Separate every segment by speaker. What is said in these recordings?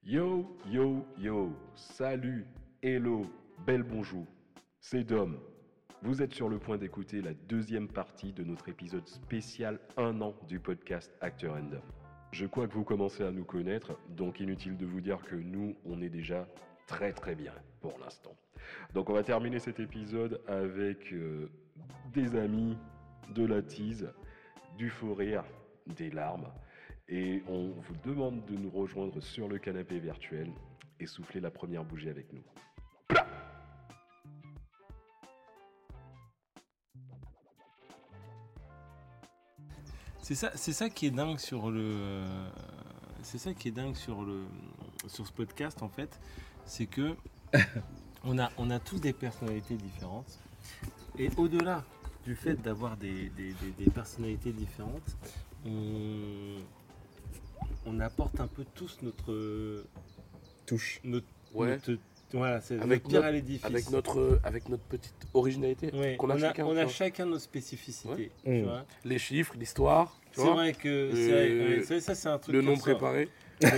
Speaker 1: Yo, yo, yo, salut, hello, bel bonjour, c'est Dom. Vous êtes sur le point d'écouter la deuxième partie de notre épisode spécial 1 an du podcast Acteur Dom. Je crois que vous commencez à nous connaître, donc inutile de vous dire que nous, on est déjà très très bien pour l'instant. Donc on va terminer cet épisode avec des amis, de la tease, du faux rire, des larmes. Et on vous demande de nous rejoindre sur le canapé virtuel et souffler la première bougie avec nous. Plah !
Speaker 2: C'est ça qui est dingue sur sur ce podcast en fait, c'est que on a tous des personnalités différentes et au-delà du fait d'avoir des personnalités différentes, on apporte un peu tous notre
Speaker 3: touche.
Speaker 4: Ouais.
Speaker 2: Voilà, c'est
Speaker 4: Avec
Speaker 2: notre pierre
Speaker 4: notre-
Speaker 2: à l'édifice.
Speaker 4: avec notre petite originalité
Speaker 2: Ouais,
Speaker 4: qu'on a chacun.
Speaker 2: on
Speaker 4: tu
Speaker 2: a
Speaker 4: vois.
Speaker 2: chacun nos spécificités.
Speaker 3: Ouais.
Speaker 2: Tu vois.
Speaker 4: Les chiffres, l'histoire, tu
Speaker 2: C'est
Speaker 4: vois,
Speaker 2: vrai que ça c'est un truc
Speaker 4: le
Speaker 2: qui
Speaker 4: nom
Speaker 2: ressort.
Speaker 4: préparé.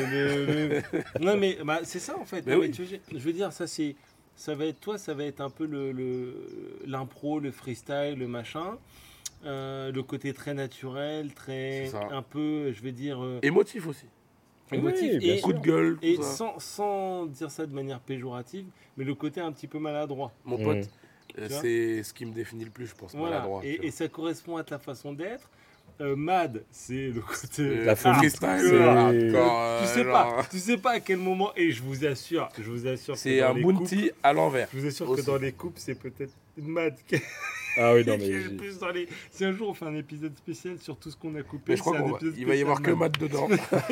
Speaker 2: Non mais c'est ça en fait.
Speaker 4: Mais
Speaker 2: Non,
Speaker 4: oui.
Speaker 2: mais je veux dire ça va être un peu l'impro, le freestyle, le machin, le côté très naturel, très
Speaker 4: C'est ça.
Speaker 2: un peu, je vais dire
Speaker 4: Émotif aussi.
Speaker 2: émotif
Speaker 3: Oui, bien
Speaker 2: et,
Speaker 3: sûr.
Speaker 4: Coup de gueule, tout
Speaker 2: et
Speaker 4: ça.
Speaker 2: sans dire ça de manière péjorative, mais le côté un petit peu maladroit.
Speaker 4: Mon pote,
Speaker 2: Tu vois
Speaker 4: c'est ce qui me définit le plus, je pense,
Speaker 2: Voilà.
Speaker 4: maladroit. tu
Speaker 2: Et
Speaker 4: vois.
Speaker 2: ça correspond à ta façon d'être. Mad, c'est le côté
Speaker 3: La folie.
Speaker 4: freestyle,
Speaker 3: C'est-
Speaker 4: hardcore,
Speaker 2: tu sais
Speaker 4: genre,
Speaker 2: tu sais pas à quel moment, et je vous assure que
Speaker 4: c'est
Speaker 2: dans
Speaker 4: un
Speaker 2: les couples,
Speaker 4: bounty à l'envers.
Speaker 2: je vous assure que
Speaker 4: Aussi.
Speaker 2: dans les couples, c'est peut-être Mad qui
Speaker 3: Ah oui, non,
Speaker 2: qui est
Speaker 3: mais.
Speaker 2: le plus dans les. Si un jour on fait un épisode spécial sur tout ce qu'on a coupé,
Speaker 4: Mais je crois
Speaker 2: c'est un
Speaker 4: qu'il
Speaker 2: épisode
Speaker 4: va y avoir que
Speaker 2: spécial
Speaker 4: Matt dedans.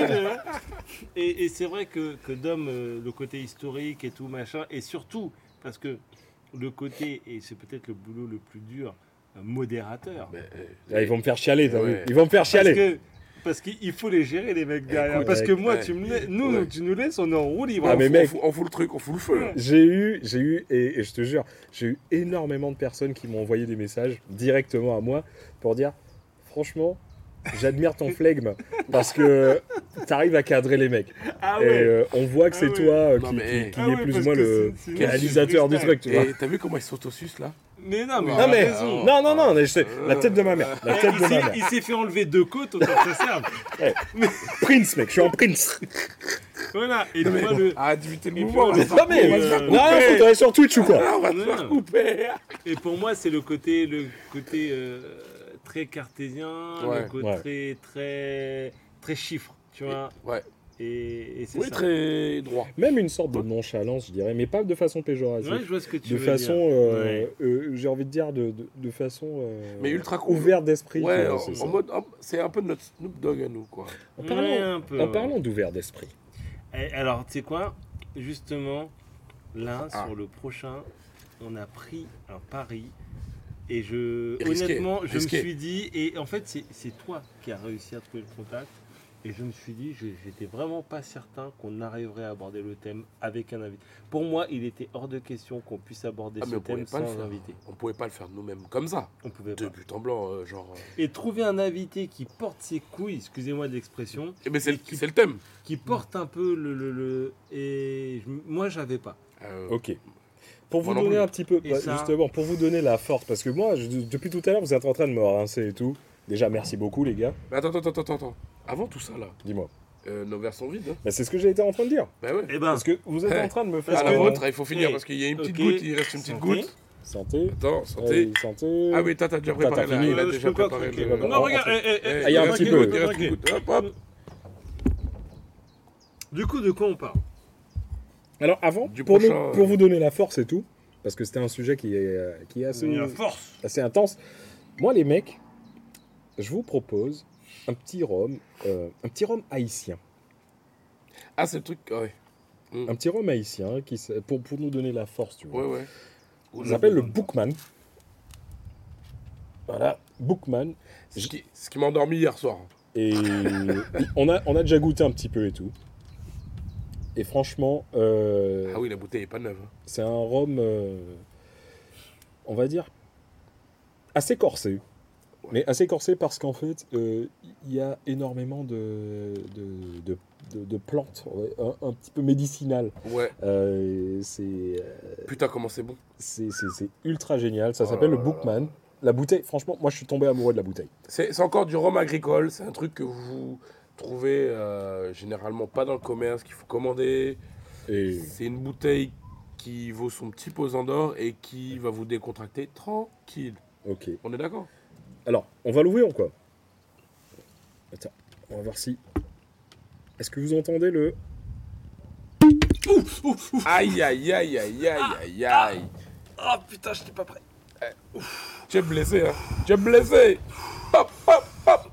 Speaker 2: et c'est vrai que Dom, le côté historique et tout machin, et surtout parce que le côté, et c'est peut-être le boulot le plus dur, modérateur.
Speaker 4: Mais,
Speaker 3: Là, ils vont me faire chialer, t'as
Speaker 4: Ouais.
Speaker 3: vu. Ils vont me faire chialer.
Speaker 2: Parce qu'il faut les gérer les mecs derrière.
Speaker 4: Écoute,
Speaker 2: parce que moi,
Speaker 4: ouais.
Speaker 2: tu
Speaker 4: Ouais.
Speaker 2: tu nous laisses, on est en roue libre.
Speaker 3: Ah, mais mec.
Speaker 4: on fout le truc, on fout le feu. là.
Speaker 3: J'ai eu, et je te jure, j'ai eu énormément de personnes qui m'ont envoyé des messages directement à moi pour dire, franchement, j'admire ton flegme parce que t'arrives à cadrer les mecs.
Speaker 2: Ah
Speaker 3: Et
Speaker 2: ouais.
Speaker 3: on voit que c'est
Speaker 2: Ah ouais.
Speaker 3: toi
Speaker 4: Non,
Speaker 3: qui,
Speaker 4: mais,
Speaker 3: qui
Speaker 2: Ah
Speaker 3: est
Speaker 2: ouais,
Speaker 3: plus ou
Speaker 2: parce
Speaker 3: moins
Speaker 2: que
Speaker 3: le
Speaker 2: c'est
Speaker 3: réalisateur du
Speaker 2: freestyle.
Speaker 3: truc, tu vois.
Speaker 4: Et t'as vu comment ils s'autosucent là?
Speaker 2: Mais non, mais.
Speaker 3: Non,
Speaker 2: t'as
Speaker 3: mais.
Speaker 2: raison.
Speaker 3: Non, mais la tête de ma mère. La tête de ma mère.
Speaker 2: Il s'est fait enlever 2 côtes, autant que ça serve.
Speaker 3: Prince, mec, je suis en Prince.
Speaker 2: Voilà. Et
Speaker 4: Non, mais
Speaker 2: moi, le.
Speaker 4: arrête d'imiter le
Speaker 2: Et
Speaker 4: mouvement.
Speaker 2: puis,
Speaker 4: là.
Speaker 3: Non, mais.
Speaker 2: Ouais,
Speaker 3: Non, faut t'aller sur Twitch ou quoi?
Speaker 4: Ah, on va te
Speaker 2: Non.
Speaker 4: faire couper.
Speaker 2: Et pour moi, c'est le côté très cartésien,
Speaker 4: Ouais.
Speaker 2: le côté très chiffre, tu vois.
Speaker 4: Ouais.
Speaker 2: Et c'est
Speaker 4: Oui,
Speaker 2: ça.
Speaker 4: très droit.
Speaker 3: Même une sorte de nonchalance, je dirais, mais pas de façon péjorative.
Speaker 2: Ouais, je vois ce que tu
Speaker 3: De
Speaker 2: veux
Speaker 3: façon,
Speaker 2: dire. Ouais.
Speaker 3: j'ai envie de dire, de façon
Speaker 4: Mais ultra cool.
Speaker 3: ouverte d'esprit.
Speaker 4: Ouais,
Speaker 3: tu vois,
Speaker 4: en,
Speaker 3: c'est ça.
Speaker 4: en mode, c'est un peu notre Snoop Dogg à nous, quoi.
Speaker 3: En
Speaker 2: Ouais,
Speaker 3: parlant,
Speaker 2: un peu,
Speaker 3: en
Speaker 2: ouais.
Speaker 3: parlant d'ouvert d'esprit.
Speaker 2: Et alors, tu sais quoi? Justement, là,
Speaker 4: Ah.
Speaker 2: sur le prochain, on a pris un pari. Et
Speaker 4: Risqué,
Speaker 2: honnêtement, je
Speaker 4: risqué.
Speaker 2: me suis dit, et en fait, c'est toi qui as réussi à trouver le contact. Et je me suis dit, j'étais vraiment pas certain qu'on arriverait à aborder le thème avec un invité. Pour moi, il était hors de question qu'on puisse aborder
Speaker 4: Ah, mais
Speaker 2: ce
Speaker 4: on pouvait
Speaker 2: thème
Speaker 4: pas le
Speaker 2: sans
Speaker 4: faire.
Speaker 2: invité.
Speaker 4: On pouvait pas le faire nous-mêmes comme ça.
Speaker 2: On pouvait
Speaker 4: De
Speaker 2: pas.
Speaker 4: but en blanc, genre.
Speaker 2: Et trouver un invité qui porte ses couilles, excusez-moi de l'expression,
Speaker 4: Eh ben, c'est
Speaker 2: Et qui-
Speaker 4: le thème.
Speaker 2: qui porte un peu moi, j'avais pas.
Speaker 3: Ok. Pour vous
Speaker 4: Moi non
Speaker 3: donner
Speaker 4: plus.
Speaker 3: un petit peu,
Speaker 2: Et
Speaker 3: bah,
Speaker 2: ça
Speaker 3: justement, pour vous donner la force, parce que moi, depuis tout à l'heure, vous êtes en train de me rincer et tout. Déjà, merci beaucoup, les gars.
Speaker 4: Mais attends. Avant tout ça, là,
Speaker 3: Dis-moi.
Speaker 4: nos verres sont vides. Hein.
Speaker 3: Bah, c'est ce que j'ai été en train de dire.
Speaker 4: Bah ouais.
Speaker 2: Eh ben,
Speaker 3: Parce que vous êtes
Speaker 4: Ouais.
Speaker 3: en train de me faire.
Speaker 4: À la
Speaker 2: que-
Speaker 4: vôtre, il faut finir
Speaker 2: Eh,
Speaker 4: parce qu'il y a une petite
Speaker 2: ok.
Speaker 4: goutte, il reste une petite
Speaker 2: Santé.
Speaker 4: goutte.
Speaker 3: Santé.
Speaker 4: Attends, santé.
Speaker 3: Ouais, santé.
Speaker 4: Ah oui, t'as déjà
Speaker 3: T'as
Speaker 4: préparé là.
Speaker 3: fini.
Speaker 4: Il a
Speaker 2: je
Speaker 4: déjà
Speaker 2: peux pas
Speaker 4: préparé
Speaker 2: craquer.
Speaker 4: le.
Speaker 2: Non, regarde,
Speaker 3: Ah, il y a un
Speaker 4: reste
Speaker 3: petit
Speaker 4: une
Speaker 3: peu.
Speaker 4: goutte, il reste une goutte. Hop, hop.
Speaker 2: Du coup, de quoi on parle?
Speaker 3: Alors, avant,
Speaker 4: Du
Speaker 3: pour,
Speaker 4: prochain,
Speaker 3: pour vous donner la force et tout, parce que c'était un sujet qui est assez,
Speaker 2: La force.
Speaker 3: assez intense. Moi, les mecs, je vous propose un petit rhum haïtien.
Speaker 4: Ah, c'est le truc. Ouais.
Speaker 3: Un petit rhum haïtien pour nous donner la force, tu vois.
Speaker 4: Ouais.
Speaker 3: Ça s'appelle le Bookman. Voilà, Bookman.
Speaker 4: Ce qui m'a endormi hier soir.
Speaker 3: Et on a déjà goûté un petit peu et tout. Et franchement,
Speaker 4: Ah oui, la bouteille est pas neuve. hein.
Speaker 3: c'est un rhum, on va dire, assez corsé. Mais assez corsé parce qu'en fait, il y a énormément de plantes, ouais, un petit peu médicinales.
Speaker 4: Ouais. Putain, comment c'est bon.
Speaker 3: C'est ultra génial. Ça
Speaker 4: Oh
Speaker 3: s'appelle
Speaker 4: là
Speaker 3: le
Speaker 4: là
Speaker 3: Bookman. La bouteille, franchement, moi je suis tombé amoureux de la bouteille.
Speaker 4: C'est encore du rhum agricole. C'est un truc que vous trouvez généralement pas dans le commerce, qu'il faut commander.
Speaker 3: Et
Speaker 4: C'est une bouteille qui vaut son petit pesant d'or et qui va vous décontracter tranquille.
Speaker 3: ok.
Speaker 4: On est d'accord?
Speaker 3: Alors, on va l'ouvrir ou quoi? Attends, on va voir si. Est-ce que vous entendez le.
Speaker 4: Aïe, aïe, aïe, aïe, aïe, aïe, aïe.
Speaker 2: Oh putain, je n'étais pas prêt.
Speaker 4: Tu es blessé, hein? Tu es blessé! Hop, hop, hop!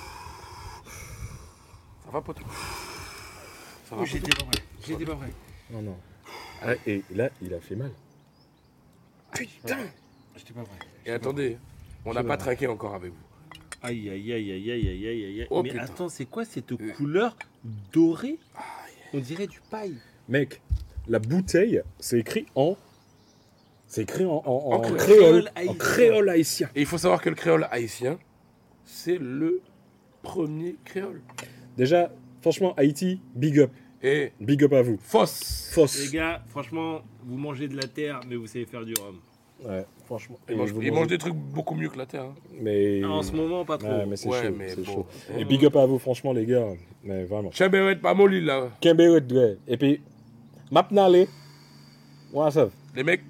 Speaker 4: Ça va, poteau? Ça va,
Speaker 2: J'étais pas prêt. J'étais pas prêt.
Speaker 3: Non, non. Ah, et là, il a fait mal.
Speaker 2: Putain, j'étais pas prêt.
Speaker 4: Et attendez, on n'a pas trinqué encore avec vous.
Speaker 2: Aïe, aïe, aïe, aïe, aïe, aïe, aïe, aïe.
Speaker 4: Oh,
Speaker 2: mais
Speaker 4: putain.
Speaker 2: attends, c'est quoi cette couleur dorée? On dirait du paille.
Speaker 3: Mec, la bouteille, c'est écrit en. C'est écrit en
Speaker 4: créole.
Speaker 3: créole.
Speaker 2: Haïtien.
Speaker 3: En créole haïtien.
Speaker 4: Et il faut savoir que le créole haïtien, c'est le premier créole.
Speaker 3: Déjà, franchement, Haïti, big up.
Speaker 4: Et
Speaker 3: Big up à vous.
Speaker 4: fausse.
Speaker 2: Les
Speaker 3: Fausse.
Speaker 2: gars, franchement, vous mangez de la terre, mais vous savez faire du rhum.
Speaker 3: Ouais, franchement.
Speaker 4: Il mange des trucs beaucoup mieux que la terre. Hein.
Speaker 3: Mais.
Speaker 2: Ah, en ce moment, pas trop.
Speaker 3: Ouais, mais c'est
Speaker 4: Ouais,
Speaker 3: chaud.
Speaker 4: mais
Speaker 3: c'est
Speaker 4: bon.
Speaker 3: chaud. Et big up à vous, franchement, les gars. Mais vraiment.
Speaker 4: Chaberet, pas molly là.
Speaker 3: Kembe ouais. Et puis, Mapnale. Ouais, ça.
Speaker 4: Les mecs,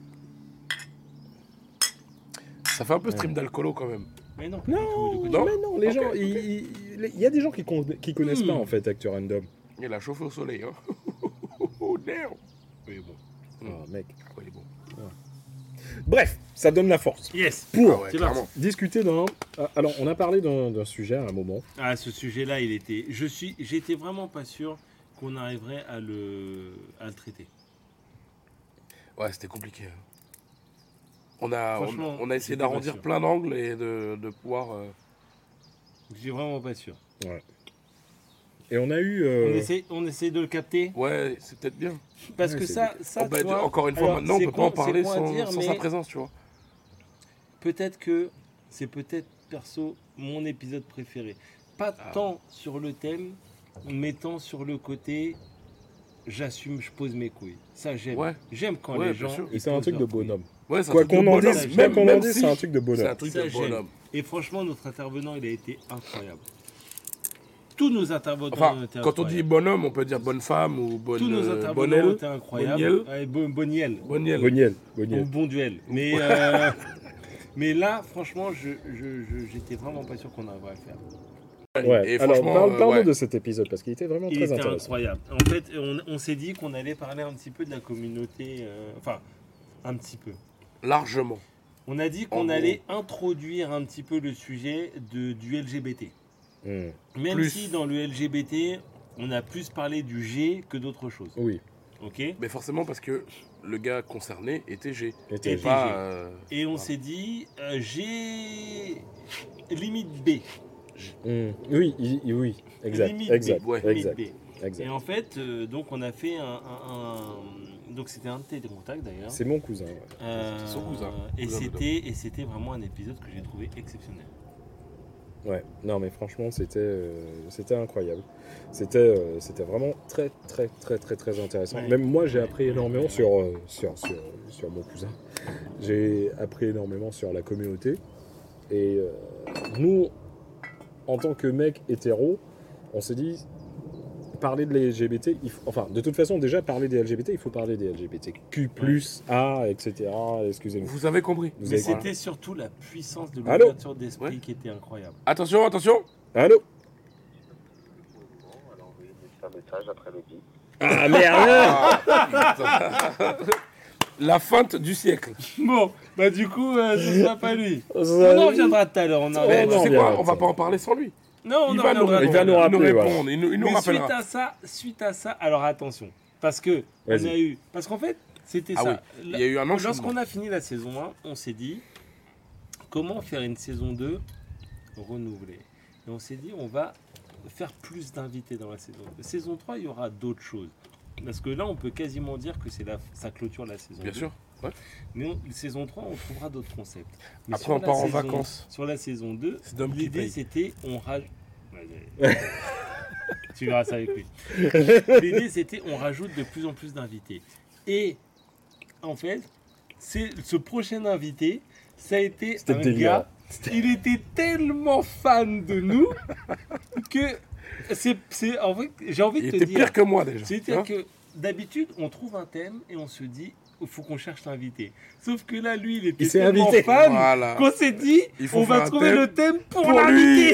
Speaker 4: ça fait un peu stream d'alcoolo quand même.
Speaker 2: Mais non,
Speaker 3: Non,
Speaker 4: Non.
Speaker 3: mais non, les
Speaker 4: Ok.
Speaker 3: gens, il y a des gens qui connaissent pas en fait Acteur Random.
Speaker 4: Il a chauffé au soleil. Hein. Oh damn.
Speaker 2: Mais bon.
Speaker 3: Ah, mec.
Speaker 4: Ah ouais, il est bon.
Speaker 3: Bref, ça donne la force.
Speaker 2: Yes.
Speaker 3: Pour
Speaker 4: Ah ouais,
Speaker 2: c'est
Speaker 4: clairement.
Speaker 3: discuter d'un. Alors, on a parlé d'un sujet à un moment.
Speaker 2: Ah, ce sujet-là, il était. J'étais vraiment pas sûr qu'on arriverait à le traiter.
Speaker 4: Ouais, c'était compliqué. Hein. On a
Speaker 2: Franchement,
Speaker 4: essayé
Speaker 2: j'étais
Speaker 4: d'arrondir
Speaker 2: pas sûr.
Speaker 4: plein d'angles et de pouvoir.
Speaker 2: J'étais vraiment pas sûr.
Speaker 3: Et on a eu.
Speaker 2: On essaie de le capter
Speaker 4: Ouais, c'est peut-être bien.
Speaker 2: parce
Speaker 3: Ouais,
Speaker 2: que
Speaker 3: c'est
Speaker 2: ça,
Speaker 4: Oh, bah,
Speaker 2: tu vois,
Speaker 4: encore une fois,
Speaker 2: alors,
Speaker 4: maintenant, on
Speaker 2: c'est
Speaker 4: peut pas en
Speaker 2: con-
Speaker 4: parler
Speaker 2: c'est con à
Speaker 4: sans,
Speaker 2: dire,
Speaker 4: sans
Speaker 2: mais
Speaker 4: sa présence, tu vois.
Speaker 2: peut-être que c'est peut-être perso mon épisode préféré. Pas tant sur le thème, mais tant sur le côté. J'assume, je pose mes couilles. Ça, j'aime.
Speaker 4: Ouais.
Speaker 2: J'aime quand
Speaker 4: Ouais,
Speaker 2: les
Speaker 4: bien
Speaker 2: gens.
Speaker 4: sûr.
Speaker 3: Et
Speaker 2: ils
Speaker 3: c'est un
Speaker 2: posent
Speaker 3: truc de
Speaker 2: leurs couilles.
Speaker 3: bonhomme.
Speaker 4: Ouais, c'est un
Speaker 3: Quoi
Speaker 4: truc de
Speaker 3: qu'on en
Speaker 4: bonhomme.
Speaker 3: dise,
Speaker 2: même-
Speaker 3: quoi qu'on en
Speaker 4: même
Speaker 3: dise,
Speaker 4: si
Speaker 3: c'est un truc de
Speaker 4: C'est
Speaker 3: bonhomme.
Speaker 4: un truc
Speaker 2: Ça,
Speaker 4: de
Speaker 2: j'aime.
Speaker 4: bonhomme.
Speaker 2: Et franchement, notre intervenant, il a été incroyable. Tous nos intervenants
Speaker 4: Enfin,
Speaker 2: ont été
Speaker 4: quand on dit
Speaker 2: incroyables.
Speaker 4: bonhomme, on peut dire bonne femme ou
Speaker 2: Tous nos intervenants ont
Speaker 4: bonnelle.
Speaker 2: été incroyables.
Speaker 4: Boniel.
Speaker 2: Ouais, Boniel.
Speaker 4: Boniel.
Speaker 3: Boniel.
Speaker 2: Ou bon duel. Mais, mais là, franchement, j'étais vraiment pas sûr qu'on arriverait à le faire.
Speaker 3: Ouais.
Speaker 4: Et
Speaker 3: Alors,
Speaker 4: franchement,
Speaker 3: parle-nous
Speaker 4: ouais.
Speaker 3: de cet épisode parce qu'il était vraiment
Speaker 2: Il
Speaker 3: très
Speaker 2: était
Speaker 3: intéressant.
Speaker 2: incroyable. En fait, on s'est dit qu'on allait parler un petit peu de la communauté. Enfin, un petit peu.
Speaker 4: Largement.
Speaker 2: On a dit
Speaker 4: En
Speaker 2: qu'on
Speaker 4: gros.
Speaker 2: allait introduire un petit peu le sujet du LGBT.
Speaker 3: Hmm.
Speaker 2: Même
Speaker 4: Plus.
Speaker 2: si dans le LGBT, on a plus parlé du G que d'autres choses.
Speaker 3: Oui.
Speaker 2: Ok.
Speaker 4: Mais forcément, parce que le gars concerné était G.
Speaker 3: Était
Speaker 4: Et
Speaker 3: G.
Speaker 4: pas.
Speaker 2: Et on s'est dit G limite B.
Speaker 3: Oui, oui, exact,
Speaker 2: Limite
Speaker 3: exact,
Speaker 2: B.
Speaker 4: ouais.
Speaker 3: exact,
Speaker 2: Limite B.
Speaker 3: exact.
Speaker 2: Et en fait, donc on a fait donc c'était un de tes contacts d'ailleurs.
Speaker 3: C'est mon cousin. Ouais.
Speaker 2: C'était
Speaker 4: son cousin.
Speaker 2: Et
Speaker 4: Cousin de
Speaker 2: c'était vraiment un épisode que j'ai trouvé exceptionnel.
Speaker 3: Ouais, non mais franchement c'était incroyable. C'était vraiment très intéressant.
Speaker 2: Ouais.
Speaker 3: Même moi j'ai
Speaker 2: Ouais.
Speaker 3: appris énormément sur mon cousin. J'ai appris énormément sur la communauté. Et nous, en tant que mecs hétéros, on s'est dit parler de LGBT, enfin de toute façon déjà parler des LGBT, il faut parler des LGBTQ+, A, etc. Excusez-moi.
Speaker 4: Vous avez compris.
Speaker 3: Vous
Speaker 2: Mais
Speaker 3: avez compris.
Speaker 2: c'était surtout la puissance de
Speaker 3: Allô
Speaker 2: l'ouverture d'esprit
Speaker 4: Ouais.
Speaker 2: qui était incroyable.
Speaker 4: Attention, attention.
Speaker 3: Allô?
Speaker 5: Elle a envoyé un message après-midi.
Speaker 3: Ah merde!
Speaker 4: La feinte du siècle.
Speaker 2: Bon, bah du coup, ce sera pas lui.
Speaker 3: Ça-
Speaker 2: On en reviendra tout à l'heure. On en
Speaker 3: Ouais,
Speaker 4: Mais
Speaker 2: reviendra.
Speaker 3: non,
Speaker 4: tu sais
Speaker 3: bien,
Speaker 4: quoi, on va
Speaker 3: attends.
Speaker 4: pas en parler sans lui.
Speaker 2: Non, on
Speaker 4: Il
Speaker 2: en
Speaker 4: va nous
Speaker 2: reviendra.
Speaker 3: il va nous
Speaker 4: répondre.
Speaker 3: rappeler,
Speaker 4: Il nous
Speaker 3: voilà.
Speaker 4: répondre. Il nous
Speaker 2: Mais
Speaker 4: rappellera.
Speaker 2: suite à ça, alors attention, parce que on
Speaker 3: Vas-y.
Speaker 2: a eu, parce qu'en fait, c'était
Speaker 4: Ah
Speaker 2: ça.
Speaker 4: Il y a eu un enchaînement.
Speaker 2: Lorsqu'on a fini la saison 1, on s'est dit comment faire une saison 2 renouvelée. Et on s'est dit on va faire plus d'invités dans la saison 2. Saison 3, il y aura d'autres choses. Parce que là, on peut quasiment dire que ça clôture la saison 2.
Speaker 4: Bien sûr. Ouais.
Speaker 2: Mais saison 3, on trouvera d'autres concepts. Mais
Speaker 4: Après,
Speaker 2: sur
Speaker 4: on
Speaker 2: la
Speaker 4: part en
Speaker 2: saison-
Speaker 4: vacances.
Speaker 2: Sur la saison 2,
Speaker 4: C'est Dom qui
Speaker 2: l'idée
Speaker 4: paye.
Speaker 2: c'était on rajoute. Tu verras ça avec lui. L'idée c'était on rajoute de plus en plus d'invités. Et en fait, ce prochain invité, ça a été
Speaker 3: C'était
Speaker 2: un
Speaker 3: délirant.
Speaker 2: gars. Il était tellement fan de nous que en fait, j'ai envie
Speaker 4: Il
Speaker 2: de te
Speaker 4: était
Speaker 2: dire.
Speaker 4: pire que moi déjà.
Speaker 2: C'est-à-dire
Speaker 4: Hein
Speaker 2: que d'habitude, on trouve un thème et on se dit, il faut qu'on cherche l'invité. Sauf que là, lui, il était
Speaker 3: Il s'est
Speaker 2: tellement
Speaker 3: invité.
Speaker 2: fan
Speaker 4: Voilà.
Speaker 2: qu'on s'est dit,
Speaker 4: Il faut
Speaker 2: on va
Speaker 4: faire un
Speaker 2: trouver
Speaker 4: thème
Speaker 2: le thème pour
Speaker 4: pour
Speaker 2: l'invité.
Speaker 4: lui.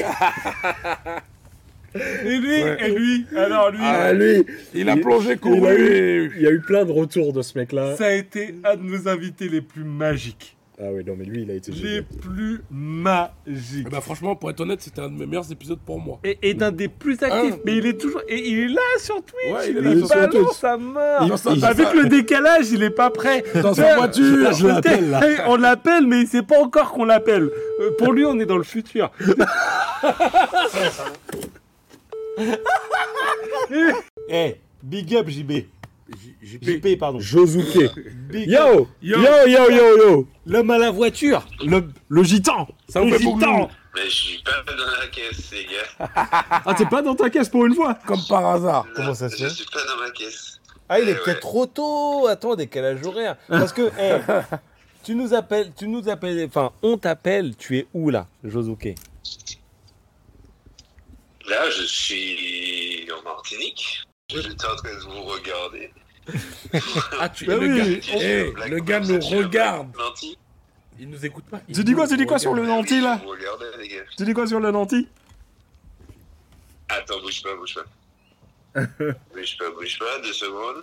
Speaker 2: Et lui,
Speaker 4: Ouais.
Speaker 2: alors lui,
Speaker 3: Ah, lui,
Speaker 4: Il a
Speaker 3: Il-
Speaker 4: plongé,
Speaker 3: il a
Speaker 4: couru.
Speaker 3: il y a eu plein de retours de ce mec-là.
Speaker 2: ça a été un de nos invités les plus magiques.
Speaker 3: Ah oui, non, mais lui, il a été
Speaker 2: Les
Speaker 3: génial.
Speaker 2: plus magiques.
Speaker 4: Eh ben, franchement, pour être honnête, c'était un de mes meilleurs épisodes pour moi.
Speaker 2: Et d'un des plus actifs.
Speaker 4: Ah.
Speaker 2: Mais il est toujours. Et il est là sur Twitch.
Speaker 4: Ouais, il est
Speaker 2: il
Speaker 4: là sur
Speaker 2: balance
Speaker 3: Twitch.
Speaker 2: sa mort.
Speaker 4: Il-
Speaker 2: Avec le décalage, il est pas prêt.
Speaker 4: Dans sa voiture.
Speaker 3: Je l'appelle, là.
Speaker 2: On l'appelle, mais il sait pas encore qu'on l'appelle. Pour lui, on est dans le futur. Big up JB. JP, pardon.
Speaker 3: Josuke.
Speaker 2: Big
Speaker 3: Yo,
Speaker 2: up.
Speaker 3: yo, yo, yo, yo.
Speaker 2: L'homme à la voiture. Le gitan.
Speaker 4: Ça me
Speaker 2: Le
Speaker 4: fait beaucoup.
Speaker 2: gitan.
Speaker 5: Mais je suis pas dans la caisse, les gars.
Speaker 3: Ah, t'es pas dans ta caisse pour une fois.
Speaker 4: Comme par hasard.
Speaker 2: Comment ça se
Speaker 5: Je
Speaker 2: fait
Speaker 5: suis pas dans ma caisse.
Speaker 2: Ah, il est
Speaker 5: Ouais.
Speaker 2: peut-être trop tôt. Attends, décalage horaire. Parce que, tu nous appelles, enfin, on t'appelle, tu es où là, Josuke?
Speaker 5: Là, je suis en Martinique. J'étais en train de vous regarder.
Speaker 4: Ah, tu
Speaker 2: Bah
Speaker 4: le
Speaker 2: oui,
Speaker 4: gars,
Speaker 2: on-
Speaker 4: le gars nous regarde.
Speaker 5: Nanti.
Speaker 4: Il nous écoute pas.
Speaker 3: Tu dis quoi sur le
Speaker 5: Oui,
Speaker 3: Nanti, là?
Speaker 5: je vous regardais, les gars.
Speaker 3: Tu dis quoi sur le Nanti?
Speaker 5: Attends, bouge pas. bouge pas, 2 secondes.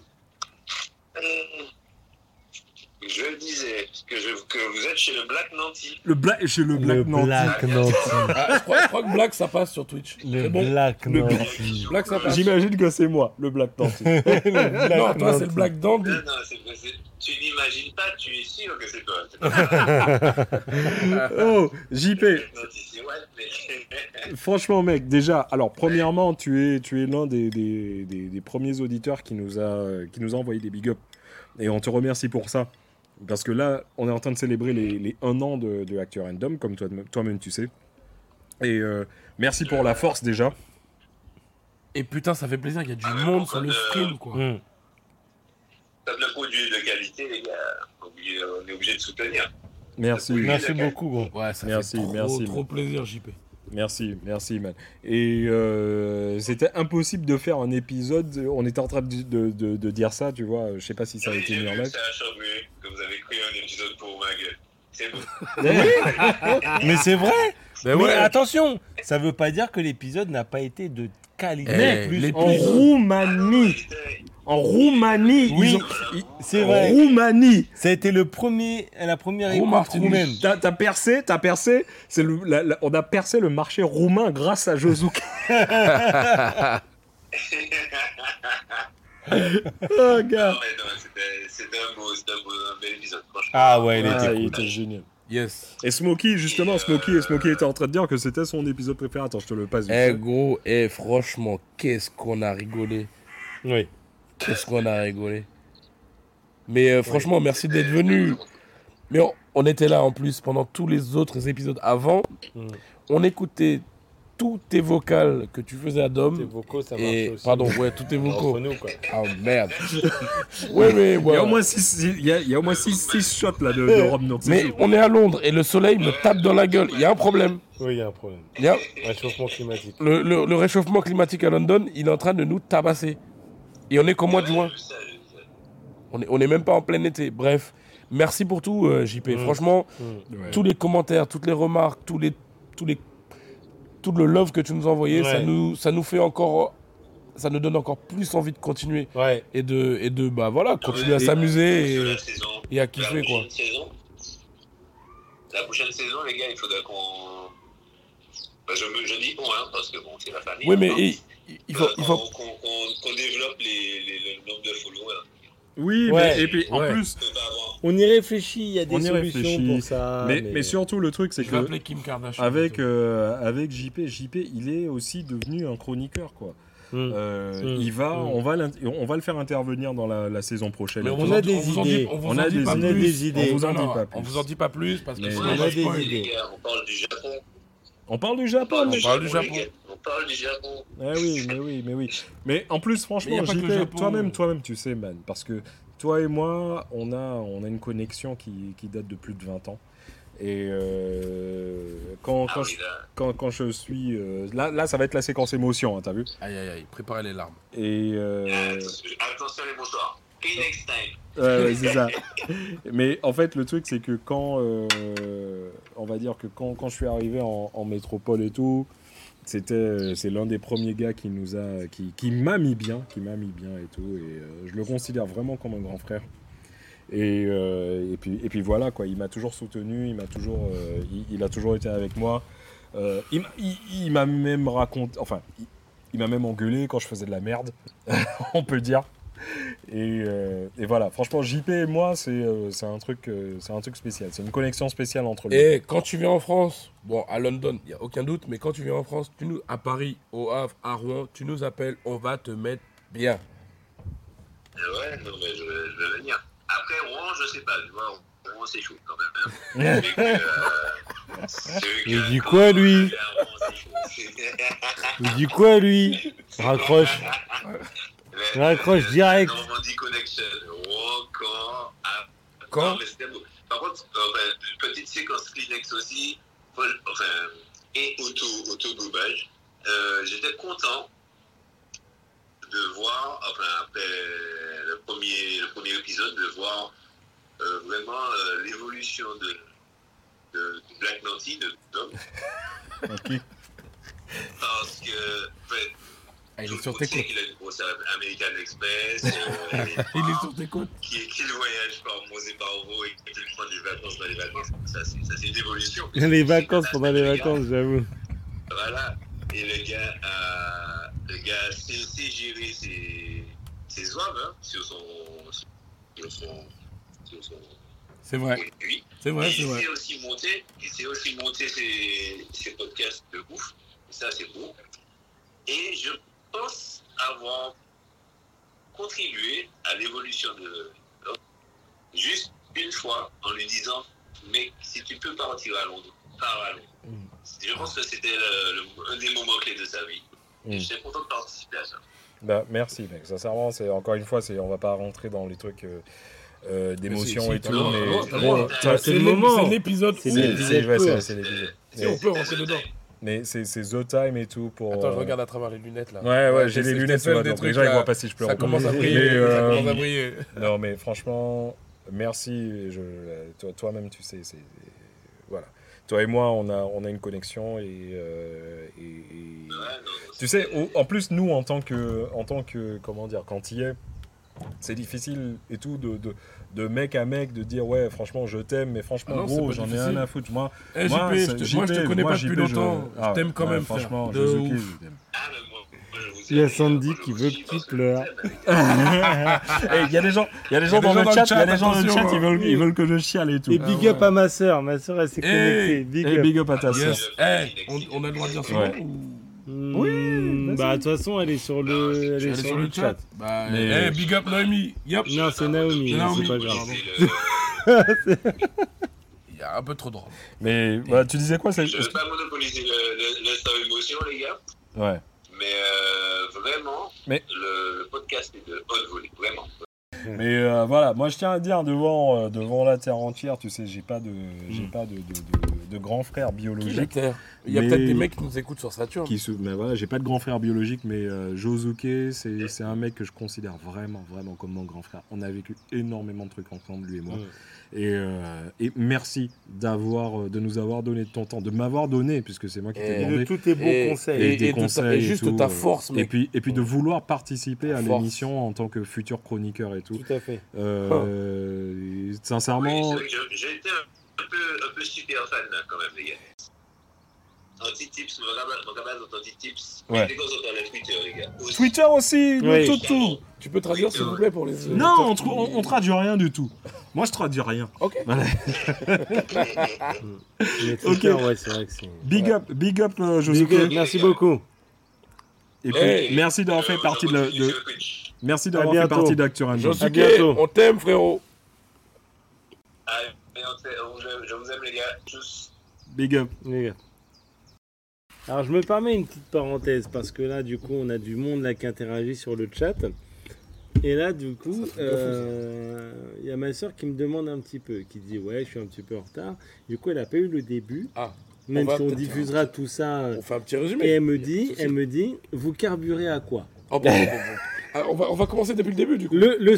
Speaker 5: Je disais que vous êtes chez le Black Nanti.
Speaker 3: Chez le Black Nanti.
Speaker 4: Ah, je crois que Black ça passe sur Twitch. C'est bon.
Speaker 2: Black
Speaker 4: Black ça passe.
Speaker 3: J'imagine que c'est moi, le Black Nanti.
Speaker 4: Non, toi c'est le Black Dandy.
Speaker 5: Non, tu n'imagines pas, tu es sûr que c'est toi. C'est pas
Speaker 3: Oh, JP,
Speaker 5: Black Nanti, c'est ouais, mais...
Speaker 3: franchement, mec, déjà, alors, premièrement, tu es l'un des premiers auditeurs qui nous a envoyé des big ups. Et on te remercie pour ça. Parce que là, on est en train de célébrer les 1 an de Actu Random, comme toi-même tu sais. Et merci pour la force déjà.
Speaker 4: Et putain, ça fait plaisir, il y a du
Speaker 5: Ah, mais
Speaker 4: monde
Speaker 5: bon,
Speaker 4: sur le
Speaker 5: comme,
Speaker 4: stream quoi.
Speaker 5: Comme le produit de qualité, les gars, on est obligé de soutenir.
Speaker 3: Merci.
Speaker 2: Merci beaucoup, gros.
Speaker 4: Ouais, ça
Speaker 3: Merci,
Speaker 4: fait
Speaker 3: merci,
Speaker 4: trop
Speaker 3: man.
Speaker 4: plaisir, JP.
Speaker 3: Merci, man. Et c'était impossible de faire un épisode. On était en train de dire ça, tu vois. Je sais pas si ça a
Speaker 5: Oui,
Speaker 3: été
Speaker 5: j'ai
Speaker 3: mis en
Speaker 5: vu
Speaker 3: live.
Speaker 5: que ça a changé, que vous avez créé un épisode pour ma gueule. C'est bon.
Speaker 2: Mais c'est vrai.
Speaker 4: Ben
Speaker 2: Mais
Speaker 4: ouais.
Speaker 2: attention, ça veut pas dire que l'épisode n'a pas été de qualité.
Speaker 4: Eh,
Speaker 2: Plus-
Speaker 4: les-
Speaker 3: En Roumanie. En Roumanie.
Speaker 2: Oui,
Speaker 3: ils ont-
Speaker 2: c'est
Speaker 3: en
Speaker 2: vrai.
Speaker 3: Roumanie.
Speaker 2: Ça a été la première écoute
Speaker 4: Martinique.
Speaker 2: roumaine.
Speaker 3: T'as percé. On a percé le marché roumain grâce à Josuke. Oh, gars.
Speaker 5: Non, mais non, c'était un bel épisode, franchement.
Speaker 2: Ah ouais, il
Speaker 3: Ah,
Speaker 2: était
Speaker 3: il
Speaker 2: cool.
Speaker 3: était génial.
Speaker 4: Yes.
Speaker 3: Et Smokey, justement, Smokey était en train de dire que c'était son épisode préféré. Attends, je te le passe.
Speaker 4: Eh gros, franchement, qu'est-ce qu'on a rigolé.
Speaker 2: Oui.
Speaker 4: Qu'est-ce qu'on a rigolé. Mais franchement, merci d'être venu. Mais on était là en plus pendant tous les autres épisodes avant.
Speaker 2: Mm.
Speaker 4: On écoutait tous tes vocals que tu faisais à Dom.
Speaker 2: Tes vocaux, ça marche
Speaker 4: Et
Speaker 2: aussi.
Speaker 4: pardon, ouais, tous tes
Speaker 2: Entre
Speaker 4: vocaux.
Speaker 2: nous, quoi.
Speaker 4: Ah merde. Ouais, mais
Speaker 3: Il y
Speaker 4: ouais.
Speaker 3: a au moins 6 shots là de rhum. Donc
Speaker 4: Mais on est à Londres et le soleil me tape dans la gueule. Il y a un problème.
Speaker 2: Oui, il y a un problème.
Speaker 4: Il y a-
Speaker 2: Réchauffement climatique.
Speaker 4: le réchauffement climatique à London, il est en train de nous tabasser. Et on est qu'au mois de juin.
Speaker 5: Je sais.
Speaker 4: On est même pas en plein été. Bref, merci pour tout, JP. Franchement,
Speaker 3: Ouais.
Speaker 4: tous les commentaires, toutes les remarques, tout le love que tu nous as envoyé,
Speaker 2: Ouais.
Speaker 4: ça nous fait encore, ça nous donne encore plus envie de continuer
Speaker 2: Ouais.
Speaker 4: et de bah voilà, continuer à
Speaker 5: Et-
Speaker 4: s'amuser
Speaker 5: Sur
Speaker 4: et,
Speaker 5: la saison.
Speaker 4: et à kiffer quoi.
Speaker 5: La prochaine saison, les gars, il faudra qu'on... Bah, je dis on, hein, parce que bon, c'est la famille.
Speaker 4: Oui, mais
Speaker 5: hein.
Speaker 4: il faut,
Speaker 5: Qu'on développe le nombre de followers.
Speaker 3: Oui,
Speaker 2: Ouais.
Speaker 3: mais et puis en
Speaker 4: Ouais.
Speaker 3: plus,
Speaker 5: On peut pas avoir...
Speaker 2: On y réfléchit, il y a des
Speaker 3: On y
Speaker 2: solutions
Speaker 3: réfléchit.
Speaker 2: pour ça.
Speaker 3: mais surtout le truc, c'est
Speaker 4: je vais
Speaker 3: que
Speaker 4: appeler Kim Kardashian.
Speaker 3: avec JP, il est aussi devenu un chroniqueur quoi. Il va, on va le faire intervenir dans la saison prochaine.
Speaker 4: Mais
Speaker 3: Et
Speaker 4: on
Speaker 3: tout.
Speaker 4: a des idées. On vous en dit pas plus.
Speaker 3: On vous en dit pas plus.
Speaker 4: On vous en dit pas plus parce que
Speaker 3: Mais-
Speaker 4: sinon,
Speaker 5: Ouais,
Speaker 4: on va
Speaker 5: les
Speaker 4: spoil.
Speaker 5: gars, on parle du Japon.
Speaker 3: On parle du Japon.
Speaker 4: On parle du Japon.
Speaker 5: les gars. On parle du Japon.
Speaker 3: Oui. Mais en plus, franchement,
Speaker 4: Mais y a pas que le
Speaker 3: JP,
Speaker 4: Japon.
Speaker 3: toi-même, tu sais, man, parce que toi et moi, on a une connexion qui date de plus de 20 ans. Et quand je suis... là, ça va être la séquence émotion, hein, t'as vu?
Speaker 4: Aïe, préparez les larmes.
Speaker 3: Et...
Speaker 5: Attention les bonsoirs. Next time.
Speaker 3: ouais, c'est ça. Mais en fait, le truc, c'est que quand... on va dire que quand je suis arrivé en métropole et tout, c'est l'un des premiers gars qui m'a mis bien et tout. Et je le considère vraiment comme un grand frère. Et puis voilà, quoi. Il m'a toujours soutenu, il a toujours été avec moi. Il m'a même raconté... Enfin, il m'a même engueulé quand je faisais de la merde, on peut dire. Et voilà, franchement, JP et moi, c'est un truc spécial. C'est une connexion spéciale entre nous.
Speaker 4: Et quand tu viens en France, bon, à London, il n'y a aucun doute, mais quand tu viens en France, à Paris, au Havre, à Rouen, tu nous appelles, on va te mettre bien.
Speaker 5: Ouais, non, mais je vais venir. Après, Rouen, je sais pas, tu vois, Rouen, c'est chaud quand même.
Speaker 2: Il dit quoi, lui? Il dit quoi, lui? Raccroche. Raccroche direct.
Speaker 5: Normandie Connection. Rouen,
Speaker 4: Quand
Speaker 5: non, mais c'était beau. Par contre, une petite séquence Kleenex aussi, et auto-gobage. J'étais content de voir, après le premier épisode, de voir vraiment l'évolution de Black Nancy, de Dom.
Speaker 3: Ok.
Speaker 5: Parce que,
Speaker 4: il
Speaker 5: tout
Speaker 4: est
Speaker 5: le
Speaker 4: sur
Speaker 5: monde
Speaker 4: tes
Speaker 5: sait
Speaker 4: côtes.
Speaker 5: qu'il a une grosse American Express,
Speaker 4: Il est sur tes côtes.
Speaker 5: qu'il voyage par Mose et par Oro et qu'il prend des vacances dans les vacances. Ça, c'est une évolution.
Speaker 2: Les vacances pendant les vacances, j'avoue.
Speaker 5: Voilà. Et le gars sait gérer ses zouaves, hein, sur son
Speaker 4: C'est vrai,
Speaker 5: produit.
Speaker 4: c'est vrai,
Speaker 5: Et
Speaker 4: c'est vrai.
Speaker 5: il sait aussi monter ses podcasts de ouf. Ça, c'est beau. Et je pense avoir contribué à l'évolution de l'homme juste une fois en lui disant, mec, si tu peux partir à Londres, pars à Londres. Je pense que c'était un des moments clés de sa vie. Et j'étais content de participer à ça.
Speaker 3: Bah, merci, mec. Sincèrement, encore une fois, on va pas rentrer dans les trucs d'émotion et tout.
Speaker 2: C'est le moment.
Speaker 4: C'est l'épisode.
Speaker 2: C'est
Speaker 4: où-
Speaker 2: l'épisode.
Speaker 3: c'est l'épisode.
Speaker 4: Si on peut rentrer dedans.
Speaker 3: Mais c'est The Time et tout pour...
Speaker 4: Attends, je regarde à travers les lunettes là.
Speaker 3: Ouais, j'ai les
Speaker 4: c'est
Speaker 3: lunettes,
Speaker 4: celle
Speaker 3: tu vois,
Speaker 4: des
Speaker 3: donc
Speaker 4: trucs,
Speaker 3: déjà, ils
Speaker 4: là.
Speaker 3: voient pas si je pleure.
Speaker 4: Ça commence à briller.
Speaker 3: Mais,
Speaker 4: Ça commence à briller.
Speaker 3: Non, mais franchement, merci. Toi-même, tu sais, voilà. Toi et moi, on a une connexion et tu sais, en plus, nous, en tant que comment dire, quand il est, c'est difficile et tout de mec à mec de dire ouais, franchement, je t'aime, mais franchement,
Speaker 4: Ah non,
Speaker 3: gros,
Speaker 4: c'est pas
Speaker 3: j'en ai
Speaker 4: difficile.
Speaker 3: rien à foutre. Moi,
Speaker 4: Eh, JP, moi je te connais pas depuis longtemps. Je t'aime quand même, frère.
Speaker 3: franchement,
Speaker 4: De
Speaker 3: Josuke,
Speaker 4: ouf.
Speaker 3: je t'aime.
Speaker 5: Ah, mais moi, je vous
Speaker 2: Il y a
Speaker 5: aime,
Speaker 2: Sandy
Speaker 5: moi, je
Speaker 2: qui
Speaker 5: vous
Speaker 2: veut
Speaker 5: suis
Speaker 2: que
Speaker 5: parce
Speaker 2: tu pleures.
Speaker 5: je vous aime.
Speaker 3: Il y a des gens dans le chat, ils
Speaker 4: attention.
Speaker 3: veulent que je chiale et tout.
Speaker 2: Et big up à ma soeur. Ma soeur, elle s'est
Speaker 4: Hey.
Speaker 2: connectée. Big
Speaker 3: Et
Speaker 2: up.
Speaker 3: big up à ta sœur.
Speaker 4: Yes. Eh, on a le droit de dire son
Speaker 3: Ouais.
Speaker 4: nom ou...
Speaker 2: Oui, bah de toute façon, elle est sur le,
Speaker 4: Elle est sur le chat. Bah,
Speaker 3: Mais-
Speaker 4: big up Noémie. Yup.
Speaker 2: Non, c'est Naomi,
Speaker 4: C'est Naomi.
Speaker 2: c'est pas grave.
Speaker 5: C'est le-
Speaker 4: Il y a un peu trop de drôle.
Speaker 3: Mais bah, tu disais quoi
Speaker 5: Je ne vais pas monopoliser l'instant émotion, les gars.
Speaker 3: Ouais.
Speaker 5: Mais vraiment,
Speaker 3: Mais-
Speaker 5: le podcast est de haute volée, vraiment.
Speaker 3: Mais voilà, moi je tiens à dire devant la terre entière, tu sais, j'ai pas de grand frère biologique
Speaker 4: Il y a
Speaker 3: Mais-
Speaker 4: peut-être des mecs qui nous écoutent sur Saturne.
Speaker 3: mais voilà, j'ai pas de grand frère biologique, mais Josuke, c'est un mec que je considère vraiment comme mon grand frère. On a vécu énormément de trucs ensemble, lui et moi. Et merci de nous avoir donné de ton temps, de m'avoir donné, puisque c'est moi qui t'ai
Speaker 2: Et de
Speaker 3: demandé.
Speaker 2: tous tes bons conseils.
Speaker 3: Et des conseils
Speaker 4: et juste
Speaker 3: et tout,
Speaker 4: ta force,
Speaker 3: Et
Speaker 4: mec.
Speaker 3: puis de vouloir participer à
Speaker 4: Force.
Speaker 3: l'émission en tant que futur chroniqueur et tout.
Speaker 2: Tout à fait.
Speaker 3: Sincèrement,
Speaker 5: Oui, c'est vrai que j'ai été un peu super fan, là, quand même, les gars. Anti-tips, mon camarade anti-tips.
Speaker 3: Ouais.
Speaker 5: C'est quoi sur la Twitter, les gars aussi.
Speaker 3: Twitter aussi, le
Speaker 2: Oui.
Speaker 3: toutou.
Speaker 4: Tu peux traduire s'il vous plaît pour les.
Speaker 3: Non, on traduit rien du tout. Moi, je traduis rien.
Speaker 4: Ok.
Speaker 2: Mais Twitter, ouais, c'est vrai que c'est.
Speaker 3: Big up,
Speaker 2: Big
Speaker 3: Josuke.
Speaker 2: up, merci beaucoup.
Speaker 3: Et puis,
Speaker 4: Hey.
Speaker 3: merci d'avoir fait partie de merci d'avoir
Speaker 2: À
Speaker 3: fait
Speaker 2: bientôt.
Speaker 3: partie d'Actu Random.
Speaker 4: Josuke,
Speaker 2: bientôt.
Speaker 4: on t'aime, frérot.
Speaker 5: Allez, je vous aime, les gars. Tchuss.
Speaker 3: Big up.
Speaker 2: Les gars. Alors je me permets une petite parenthèse parce que là du coup on a du monde là qui interagit sur le chat et là du coup il y a ma soeur qui me demande un petit peu, qui dit ouais je suis un petit peu en retard, du coup elle a pas eu le début,
Speaker 4: Ah,
Speaker 2: même
Speaker 4: on va
Speaker 2: si on
Speaker 4: peut-être
Speaker 2: diffusera tout ça
Speaker 4: on fait un petit
Speaker 2: et
Speaker 4: résumé.
Speaker 2: elle
Speaker 4: Souci.
Speaker 2: me dit vous carburez à quoi?
Speaker 4: Oh, bon. Ah, on va commencer depuis le début, du coup.
Speaker 2: Le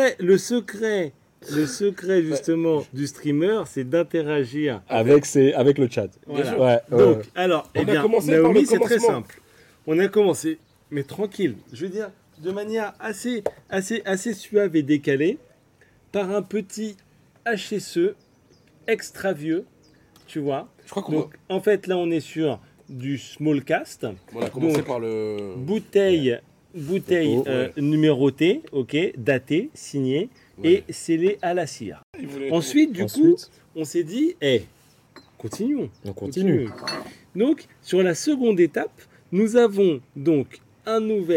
Speaker 2: secret justement du streamer c'est d'interagir.
Speaker 3: Avec le chat.
Speaker 2: Voilà.
Speaker 4: sûr.
Speaker 3: Ouais.
Speaker 2: Donc, alors,
Speaker 4: On
Speaker 2: eh
Speaker 4: a
Speaker 2: bien,
Speaker 4: commencé par
Speaker 2: Naomi,
Speaker 4: le
Speaker 2: c'est très
Speaker 4: commencement.
Speaker 2: simple. On a commencé, mais tranquille. Je veux dire, de manière assez suave et décalée, par un petit HSE extra vieux, tu vois.
Speaker 4: Je crois qu'on
Speaker 2: Donc, en fait, là, on est sur du small cast,
Speaker 4: a commencé
Speaker 2: donc,
Speaker 4: par le...
Speaker 2: bouteille
Speaker 3: Ouais.
Speaker 2: numérotée, ok, datée, signée et scellée à la cire.
Speaker 4: Il voulait-
Speaker 2: Ensuite, du coup,
Speaker 3: Ensuite,
Speaker 2: on s'est dit, continuons.
Speaker 3: on continue.
Speaker 2: Donc, sur la seconde étape, nous avons donc un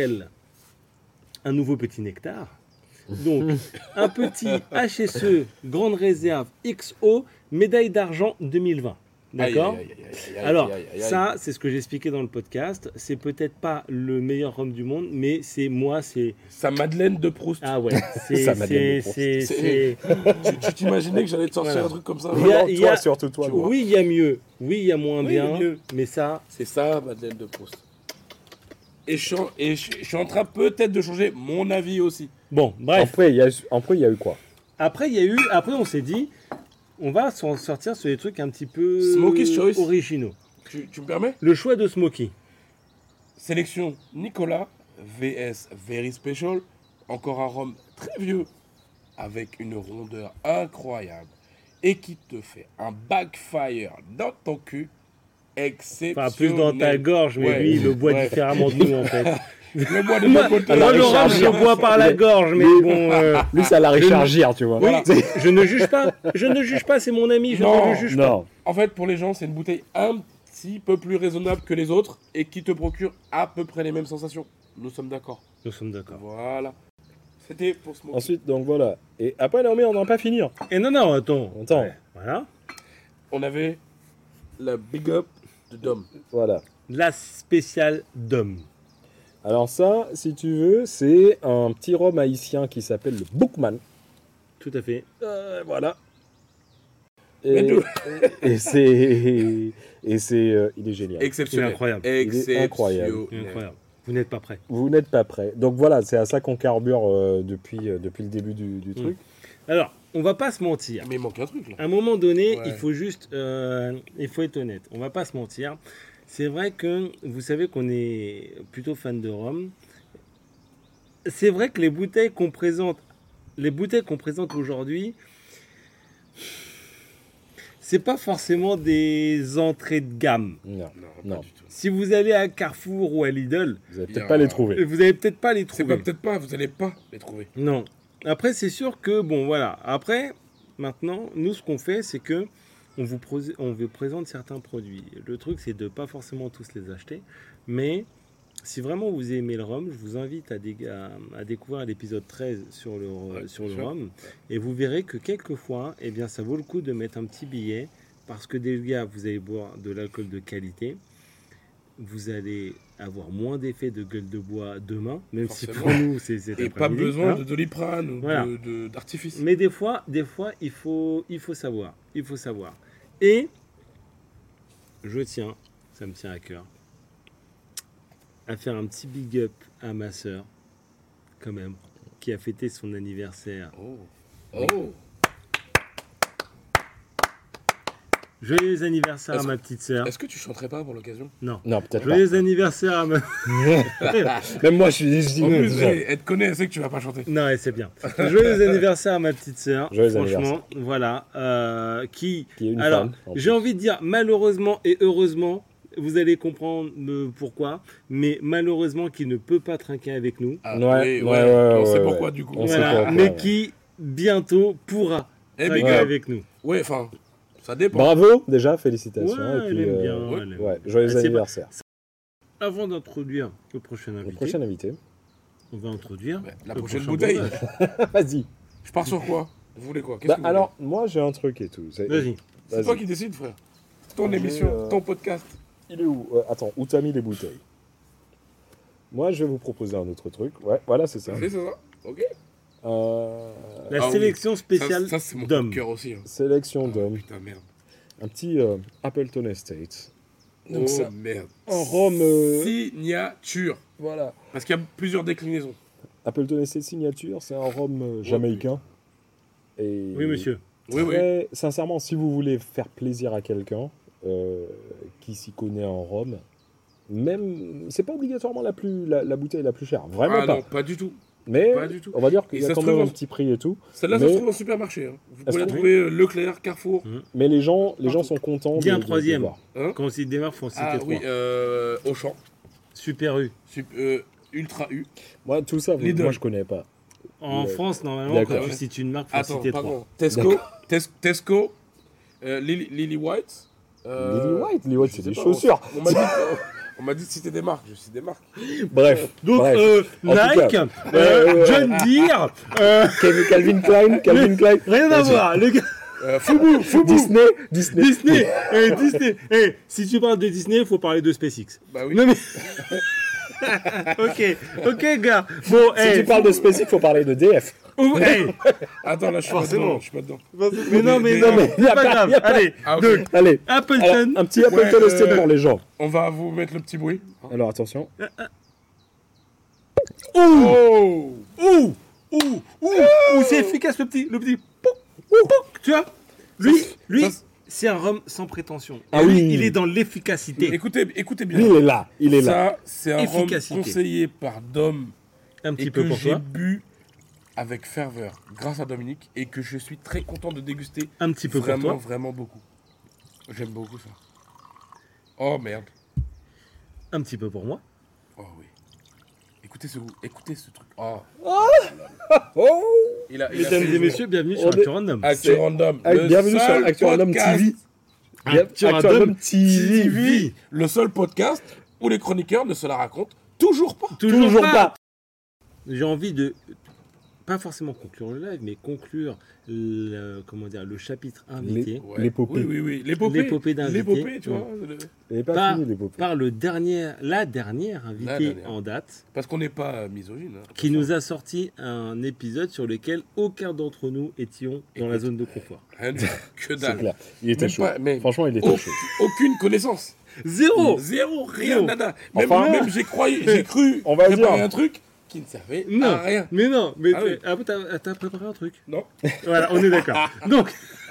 Speaker 2: nouveau petit nectar. Donc, un petit HSE Grande Réserve XO, médaille d'argent 2020. D'accord?
Speaker 4: Aïe, aïe, aïe, aïe, aïe,
Speaker 2: Alors,
Speaker 4: aïe, aïe, aïe.
Speaker 2: ça, c'est ce que j'expliquais dans le podcast. C'est peut-être pas le meilleur rhum du monde, mais c'est moi, c'est...
Speaker 4: Sa Madeleine de Proust.
Speaker 2: Ah ouais,
Speaker 3: Ça m'a donné pour-
Speaker 2: c'est...
Speaker 4: Tu t'imaginais que j'allais te sortir
Speaker 2: Voilà.
Speaker 4: un truc comme ça?
Speaker 2: Il y a-
Speaker 3: Non, toi, surtout toi. gros.
Speaker 2: Oui, il y a mieux. Oui, il y a moins
Speaker 4: Oui,
Speaker 2: bien.
Speaker 4: il y a mieux.
Speaker 2: Mais ça,
Speaker 4: C'est ça, Madeleine de Proust. Et je suis en train peut-être de changer mon avis aussi.
Speaker 2: bon, bref.
Speaker 3: Après, il y a eu quoi?
Speaker 2: Après, on s'est dit, on va s'en sortir sur des trucs un petit peu
Speaker 4: Smokey's Choice.
Speaker 2: originaux.
Speaker 4: Tu me permets?
Speaker 2: Le choix de Smokey.
Speaker 4: Sélection Nicolas, VS Very Special. Encore un rhum très vieux, avec une rondeur incroyable. Et qui te fait un backfire dans ton cul. Exceptionnel.
Speaker 2: Enfin, plus dans ta gorge, mais
Speaker 4: Ouais.
Speaker 2: lui, il le boit
Speaker 4: Ouais.
Speaker 2: différemment de nous, en fait.
Speaker 4: Le bois de
Speaker 2: moi,
Speaker 4: mon côté.
Speaker 2: moi, le rhum,
Speaker 3: recharge.
Speaker 2: je le bois par la gorge, mais bon...
Speaker 3: Lui, ça l'a rechargir, tu vois.
Speaker 2: Oui, je ne juge pas. Je ne juge pas, c'est mon ami, je
Speaker 4: Non,
Speaker 2: ne le juge pas.
Speaker 3: Non.
Speaker 4: En fait, pour les gens, c'est une bouteille un petit peu plus raisonnable que les autres et qui te procure à peu près les mêmes sensations. Nous sommes d'accord.
Speaker 2: Nous sommes d'accord.
Speaker 4: Voilà. C'était pour ce moment.
Speaker 3: Ensuite, donc voilà. Et après, non, mais on n'en va pas finir.
Speaker 2: Et non, attends.
Speaker 3: Attends.
Speaker 2: Ouais, voilà.
Speaker 4: On avait la Big Up de Dom.
Speaker 3: Voilà.
Speaker 2: La spéciale d'homme.
Speaker 3: Alors ça, si tu veux, c'est un petit rhum haïtien qui s'appelle le Bookman.
Speaker 2: Tout à fait.
Speaker 3: Voilà.
Speaker 4: Mais
Speaker 3: Et,
Speaker 4: d'où-
Speaker 3: il est génial.
Speaker 4: Exceptionnel.
Speaker 2: Il est incroyable.
Speaker 3: Il est incroyable.
Speaker 2: Incroyable. Vous n'êtes pas prêt.
Speaker 3: Vous n'êtes pas prêt. Donc voilà, c'est à ça qu'on carbure depuis le début du truc.
Speaker 2: Alors, on va pas se mentir.
Speaker 4: Mais il manque un truc là.
Speaker 2: À un moment donné,
Speaker 4: Ouais.
Speaker 2: il faut juste, il faut être honnête. On va pas se mentir. C'est vrai que vous savez qu'on est plutôt fan de rhum. C'est vrai que les bouteilles qu'on présente aujourd'hui, c'est pas forcément des entrées de gamme.
Speaker 3: Non,
Speaker 4: Non,
Speaker 3: non.
Speaker 4: pas du tout.
Speaker 2: Si vous allez à Carrefour ou à Lidl,
Speaker 3: Vous n'allez
Speaker 4: Il y
Speaker 3: peut-être
Speaker 4: a-
Speaker 3: pas les trouver.
Speaker 2: vous allez peut-être pas les
Speaker 4: C'est
Speaker 2: trouver.
Speaker 4: pas peut-être pas, vous allez pas les trouver.
Speaker 2: Non. Après, c'est sûr que, bon, voilà. Après, maintenant, nous, ce qu'on fait, c'est que on vous présente certains produits. Le truc, c'est de pas forcément tous les acheter. Mais si vraiment vous aimez le rhum, je vous invite à découvrir l'épisode 13 sur le
Speaker 4: bien sûr.
Speaker 2: rhum. Et vous verrez que quelquefois, eh bien, ça vaut le coup de mettre un petit billet. Parce que déjà, vous allez boire de l'alcool de qualité. Vous allez avoir moins d'effet de gueule de bois demain, même si
Speaker 4: Forcément.
Speaker 2: pour nous, c'est cet
Speaker 4: Et pas
Speaker 2: après-midi,
Speaker 4: besoin
Speaker 2: hein.
Speaker 4: de Doliprane ou
Speaker 2: Voilà.
Speaker 4: d'artifice.
Speaker 2: Mais des fois, il faut savoir. Il faut savoir. Et je tiens, ça me tient à cœur, à faire un petit big up à ma sœur, quand même, qui a fêté son anniversaire.
Speaker 4: Oh. Oh.
Speaker 2: Joyeux anniversaire à
Speaker 4: Est-ce-
Speaker 2: ma petite sœur.
Speaker 4: Est-ce que tu chanterais pas pour l'occasion?
Speaker 2: Non.
Speaker 3: Non, peut-être
Speaker 2: Joyeux anniversaire à ma...
Speaker 3: pas. Même moi, je dis
Speaker 4: En
Speaker 3: non,
Speaker 4: plus,
Speaker 3: déjà.
Speaker 4: elle te connaît, elle sait que tu vas pas chanter.
Speaker 2: Non, et c'est bien. Joyeux anniversaire à ma petite sœur.
Speaker 3: Joyeux
Speaker 2: Franchement, voilà. Qui
Speaker 3: Qui est une
Speaker 2: Alors,
Speaker 3: fan, en
Speaker 2: j'ai
Speaker 3: plus.
Speaker 2: envie de dire malheureusement et heureusement, vous allez comprendre pourquoi, mais malheureusement qui ne peut pas trinquer avec nous.
Speaker 4: Ah,
Speaker 3: Ouais,
Speaker 4: oui,
Speaker 3: ouais,
Speaker 4: On
Speaker 3: ouais,
Speaker 4: sait
Speaker 3: ouais,
Speaker 4: pourquoi
Speaker 3: ouais.
Speaker 4: du coup.
Speaker 3: On sait
Speaker 2: Voilà,
Speaker 3: pourquoi,
Speaker 2: mais
Speaker 3: ouais.
Speaker 2: qui bientôt pourra
Speaker 4: Eh,
Speaker 2: trinquer
Speaker 4: big up.
Speaker 2: avec nous.
Speaker 4: Ouais, enfin, ça dépend.
Speaker 3: Bravo, déjà, félicitations.
Speaker 2: Ouais,
Speaker 3: et puis,
Speaker 2: elle aime bien.
Speaker 4: ouais,
Speaker 2: elle aime
Speaker 3: ouais,
Speaker 2: bien.
Speaker 3: joyeux
Speaker 2: Ah, c'est
Speaker 3: anniversaire.
Speaker 2: avant d'introduire le prochain
Speaker 3: Le
Speaker 2: invité,
Speaker 3: prochain invité.
Speaker 2: on va introduire
Speaker 4: La
Speaker 2: le
Speaker 4: prochaine
Speaker 2: prochain
Speaker 4: bouteille.
Speaker 2: breuvage.
Speaker 3: Vas-y.
Speaker 4: Je pars sur quoi? Vous voulez quoi? Qu'est-ce
Speaker 3: Bah,
Speaker 4: que vous
Speaker 3: alors, moi, j'ai un truc et tout.
Speaker 2: Vas-y.
Speaker 4: C'est toi qui décides, frère. Ton
Speaker 3: J'ai,
Speaker 4: émission, ton podcast.
Speaker 3: Il est où? Attends, où t'as mis les bouteilles? Moi, je vais vous proposer un autre truc. Ouais, voilà, c'est ça.
Speaker 4: C'est ça? Ok.
Speaker 2: La
Speaker 4: Ah oui.
Speaker 2: sélection spéciale
Speaker 4: Ça, c'est mon coup
Speaker 2: d'hommes.
Speaker 4: de cœur aussi. Hein.
Speaker 3: Sélection
Speaker 4: Ah,
Speaker 3: d'hommes.
Speaker 4: putain, merde.
Speaker 3: Un petit Appleton Estate. Donc,
Speaker 4: Oh,
Speaker 3: ça,
Speaker 4: merde.
Speaker 3: un rhum.
Speaker 4: Signature.
Speaker 3: Voilà.
Speaker 4: Parce qu'il y a plusieurs déclinaisons.
Speaker 3: Appleton Estate signature, c'est un rhum jamaïcain. Et
Speaker 2: Oui, monsieur.
Speaker 4: Oui, oui.
Speaker 3: très sincèrement, si vous voulez faire plaisir à quelqu'un qui s'y connaît en rhum, même, c'est pas obligatoirement la bouteille la plus chère. Vraiment
Speaker 4: Ah
Speaker 3: pas.
Speaker 4: non, pas du tout.
Speaker 3: Mais
Speaker 4: Pas du tout.
Speaker 3: on va dire qu'il
Speaker 4: Et
Speaker 3: y a
Speaker 4: ça
Speaker 3: quand
Speaker 4: se
Speaker 3: même
Speaker 4: trouve
Speaker 3: un petit prix et tout.
Speaker 4: Celle-là, ça
Speaker 3: Mais-
Speaker 4: se trouve en supermarché. Hein. Vous
Speaker 3: Elle
Speaker 4: pouvez la
Speaker 3: se
Speaker 4: trouver Leclerc, Carrefour.
Speaker 3: Mais les gens sont contents.
Speaker 2: Dis un
Speaker 3: de
Speaker 2: troisième.
Speaker 3: voir.
Speaker 4: Hein
Speaker 2: Quand on s'y démarre, faut en citer
Speaker 4: Ah
Speaker 2: trois.
Speaker 4: oui, Auchan.
Speaker 2: Super U.
Speaker 4: Ultra U.
Speaker 3: Moi, tout ça,
Speaker 4: Lidl.
Speaker 3: moi, je connais pas.
Speaker 2: En
Speaker 3: Ouais.
Speaker 2: France, normalement,
Speaker 3: D'accord.
Speaker 2: quand tu cites une marque, faut en
Speaker 4: Attends,
Speaker 2: citer trois.
Speaker 4: pardon. Tesco. Tesco. Lily White.
Speaker 3: Lily White,
Speaker 4: je
Speaker 3: c'est
Speaker 4: sais
Speaker 3: des
Speaker 4: pas,
Speaker 3: chaussures.
Speaker 4: On m'a dit de citer des marques. Je cite des marques.
Speaker 3: Bref.
Speaker 2: Donc,
Speaker 3: bref. En tout
Speaker 2: Nike,
Speaker 3: cas, ouais.
Speaker 2: John Deere,
Speaker 3: Calvin Klein.
Speaker 2: rien à
Speaker 3: Vas-y.
Speaker 2: voir. Le gars,
Speaker 4: Fubu.
Speaker 3: Disney.
Speaker 2: Disney. Disney. Si tu parles de Disney, il faut parler de SpaceX.
Speaker 4: Bah oui.
Speaker 2: Non mais. ok, gars. Bon,
Speaker 3: Si tu parles de SpaceX, faut parler de DF.
Speaker 4: Attends, là, je suis pas
Speaker 2: Forcément.
Speaker 4: dedans. Je suis pas dedans.
Speaker 2: Mais non, mais
Speaker 3: y
Speaker 2: c'est
Speaker 3: a
Speaker 2: pas
Speaker 3: pas-
Speaker 2: grave.
Speaker 3: y a pas-
Speaker 2: Allez,
Speaker 4: Ah, ok.
Speaker 2: donc,
Speaker 3: Allez. Alors,
Speaker 2: Appleton.
Speaker 3: un petit Appleton
Speaker 4: Ouais,
Speaker 3: Estate pour les gens.
Speaker 4: On va vous mettre le petit bruit.
Speaker 3: Alors, attention.
Speaker 4: Oh.
Speaker 2: C'est efficace le petit pouc, pouc, tu vois. Lui,
Speaker 4: Ça,
Speaker 2: c'est un rhum sans prétention.
Speaker 3: Ah
Speaker 2: Lui,
Speaker 3: oui.
Speaker 2: il est dans l'efficacité.
Speaker 4: Écoutez bien.
Speaker 3: Lui, il est là.
Speaker 4: Ça, c'est un rhum
Speaker 2: Efficacité.
Speaker 4: conseillé par Dom
Speaker 2: Un
Speaker 4: et
Speaker 2: petit peu
Speaker 4: que
Speaker 2: pour
Speaker 4: j'ai
Speaker 2: toi.
Speaker 4: bu avec ferveur grâce à Dominique et que je suis très content de déguster
Speaker 2: Un petit peu pour
Speaker 4: vraiment,
Speaker 2: toi.
Speaker 4: vraiment beaucoup. J'aime beaucoup ça. Oh merde.
Speaker 2: Un petit peu pour moi.
Speaker 4: Oh oui. Écoutez ce truc. Oh.
Speaker 3: Oh.
Speaker 4: Il a
Speaker 2: Mesdames
Speaker 4: fait
Speaker 2: et messieurs, bienvenue sur
Speaker 3: On est-
Speaker 2: Actu Random.
Speaker 4: Actu Random. le
Speaker 3: Bienvenue sur
Speaker 4: seul
Speaker 3: Actu Random
Speaker 4: podcast-
Speaker 3: TV.
Speaker 2: Actu
Speaker 3: Actu
Speaker 2: Random
Speaker 3: Random TV.
Speaker 2: TV.
Speaker 4: Le seul podcast où les chroniqueurs ne se la racontent toujours pas.
Speaker 3: Toujours pas.
Speaker 2: J'ai envie de, pas forcément conclure le live, mais conclure le chapitre invité
Speaker 4: Ouais.
Speaker 3: L'épopée.
Speaker 4: Oui. L'épopée
Speaker 2: d'invité.
Speaker 4: L'épopée, tu
Speaker 2: Ouais.
Speaker 4: vois.
Speaker 3: Elle n'est pas
Speaker 2: Par-
Speaker 3: finie, l'épopée.
Speaker 2: par la dernière invitée
Speaker 4: La dernière.
Speaker 2: en date,
Speaker 4: Parce qu'on n'est pas misogyne. hein.
Speaker 2: qui nous a sorti un épisode sur lequel aucun d'entre nous étions dans la
Speaker 4: Écoute.
Speaker 2: zone de confort.
Speaker 4: Rien de- que
Speaker 3: C'est
Speaker 4: dalle.
Speaker 3: clair. Il était
Speaker 4: Même
Speaker 3: chaud.
Speaker 4: pas- mais-
Speaker 3: Franchement, il était
Speaker 4: Oh,
Speaker 3: chaud.
Speaker 4: aucune connaissance.
Speaker 2: Zéro.
Speaker 4: Zéro, rien,
Speaker 2: Zéro.
Speaker 4: nada. Même,
Speaker 3: Enfin,
Speaker 4: même j'ai cru
Speaker 3: on va
Speaker 4: préparer
Speaker 3: dire.
Speaker 4: un truc qui ne servait
Speaker 2: Non,
Speaker 4: à rien.
Speaker 2: mais non, mais
Speaker 4: Ah oui.
Speaker 2: après, t'as préparé un truc.
Speaker 4: Non.
Speaker 2: Voilà, on est d'accord. Donc,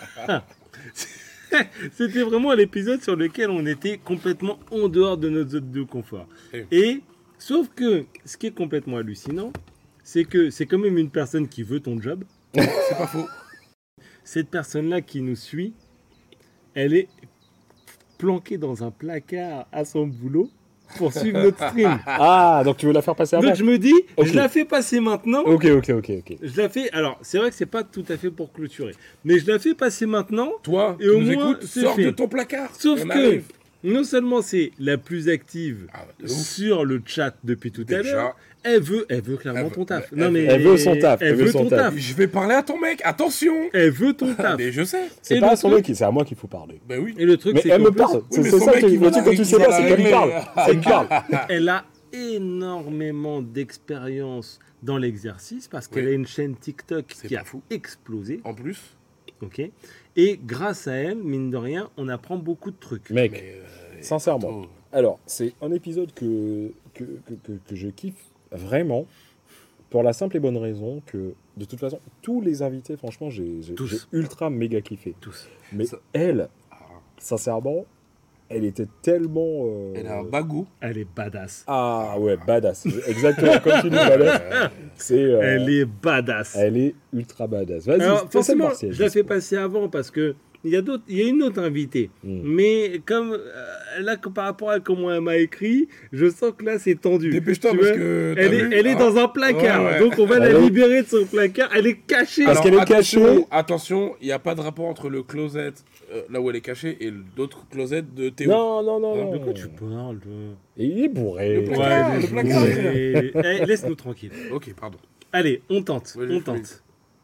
Speaker 2: c'était vraiment l'épisode sur lequel on était complètement en dehors de notre zone de confort.
Speaker 4: Eh.
Speaker 2: Et, sauf que, ce qui est complètement hallucinant, c'est que c'est quand même une personne qui veut ton job.
Speaker 4: C'est pas faux.
Speaker 2: Cette personne-là qui nous suit, elle est planquée dans un placard à son boulot pour suivre notre stream.
Speaker 3: Ah, donc tu veux la faire passer avant?
Speaker 2: Donc je me dis,
Speaker 3: Ok.
Speaker 2: je la fais passer maintenant.
Speaker 3: Ok.
Speaker 2: Je la fais, alors c'est vrai que c'est pas tout à fait pour clôturer, mais je la fais passer maintenant,
Speaker 4: Toi,
Speaker 2: Et
Speaker 4: tu
Speaker 2: au
Speaker 4: nous
Speaker 2: moins,
Speaker 4: écoutes,
Speaker 2: c'est
Speaker 4: sors
Speaker 2: fait.
Speaker 4: de ton placard.
Speaker 2: sauf
Speaker 4: On
Speaker 2: que
Speaker 4: arrive.
Speaker 2: non seulement c'est la plus active
Speaker 4: Ah, de ouf.
Speaker 2: sur le chat depuis tout à
Speaker 4: Déjà.
Speaker 2: l'heure, elle veut clairement
Speaker 4: Elle veut-
Speaker 2: ton taf.
Speaker 4: elle
Speaker 2: Non
Speaker 4: veut-
Speaker 2: mais
Speaker 3: elle veut son taf,
Speaker 2: Elle veut ton taf.
Speaker 4: Je vais parler à ton mec, attention.
Speaker 2: Elle veut ton taf.
Speaker 4: Mais je sais.
Speaker 3: C'est
Speaker 2: Et
Speaker 3: pas
Speaker 2: le
Speaker 3: à son
Speaker 2: truc-
Speaker 3: mec, c'est à moi qu'il faut parler.
Speaker 4: Ben oui.
Speaker 2: Et le truc
Speaker 3: Mais
Speaker 2: c'est
Speaker 3: elle
Speaker 2: qu'en
Speaker 3: me
Speaker 2: plus,
Speaker 3: parle.
Speaker 4: Oui, mais
Speaker 3: C'est
Speaker 4: son
Speaker 3: ça
Speaker 4: mec,
Speaker 3: qui
Speaker 4: il va
Speaker 3: le truc que
Speaker 4: la
Speaker 3: tu sais
Speaker 4: régler,
Speaker 3: pas, c'est
Speaker 4: il va
Speaker 3: qu'elle me
Speaker 4: la
Speaker 3: parle.
Speaker 4: régler.
Speaker 3: Elle me parle.
Speaker 2: elle a énormément d'expérience dans l'exercice parce qu'elle
Speaker 4: Oui.
Speaker 2: a une chaîne TikTok
Speaker 4: C'est
Speaker 2: qui
Speaker 4: pas
Speaker 2: a
Speaker 4: fou.
Speaker 2: explosé.
Speaker 4: En plus.
Speaker 2: Ok. Et grâce à elle, mine de rien, on apprend beaucoup de trucs.
Speaker 3: Mec,
Speaker 4: Mais,
Speaker 3: sincèrement.
Speaker 4: oh.
Speaker 3: Alors, c'est un épisode que je kiffe vraiment pour la simple et bonne raison que, de toute façon, tous les invités, franchement, j'ai
Speaker 2: Tous.
Speaker 3: ultra méga kiffé.
Speaker 2: Tous.
Speaker 3: Mais
Speaker 4: Ça-
Speaker 3: elle, sincèrement, elle était tellement...
Speaker 4: Elle a un bagou.
Speaker 2: Elle est badass.
Speaker 3: Ah ouais, badass. Exactement, comme tu dis, badass. C'est,
Speaker 2: Elle est badass.
Speaker 3: elle est ultra badass. Vas-y,
Speaker 2: Alors,
Speaker 3: fais cette
Speaker 2: forcément,
Speaker 3: Martial,
Speaker 2: je la fais
Speaker 3: dis-moi.
Speaker 2: passer avant parce que il y a une autre invitée. Mais comme là, par rapport à comment elle m'a écrit, je sens que là, c'est tendu.
Speaker 4: Dépêche-toi
Speaker 2: Tu
Speaker 4: parce
Speaker 2: vois,
Speaker 4: que.
Speaker 2: elle est dans un placard.
Speaker 4: Ouais.
Speaker 2: Donc, on va la
Speaker 3: Elle est-
Speaker 2: libérer de son placard. Elle est cachée.
Speaker 3: Parce qu'elle est cachée.
Speaker 4: Attention, il n'y a pas de rapport entre le closet, là où elle est cachée, et l'autre closet de Théo.
Speaker 3: Non.
Speaker 2: De quoi tu parles
Speaker 3: Et il est bourré.
Speaker 4: Le placard, le placard.
Speaker 2: Laisse-nous tranquille.
Speaker 4: Ok, pardon.
Speaker 2: Allez, on tente.
Speaker 4: Ouais,
Speaker 2: on
Speaker 4: je
Speaker 2: tente.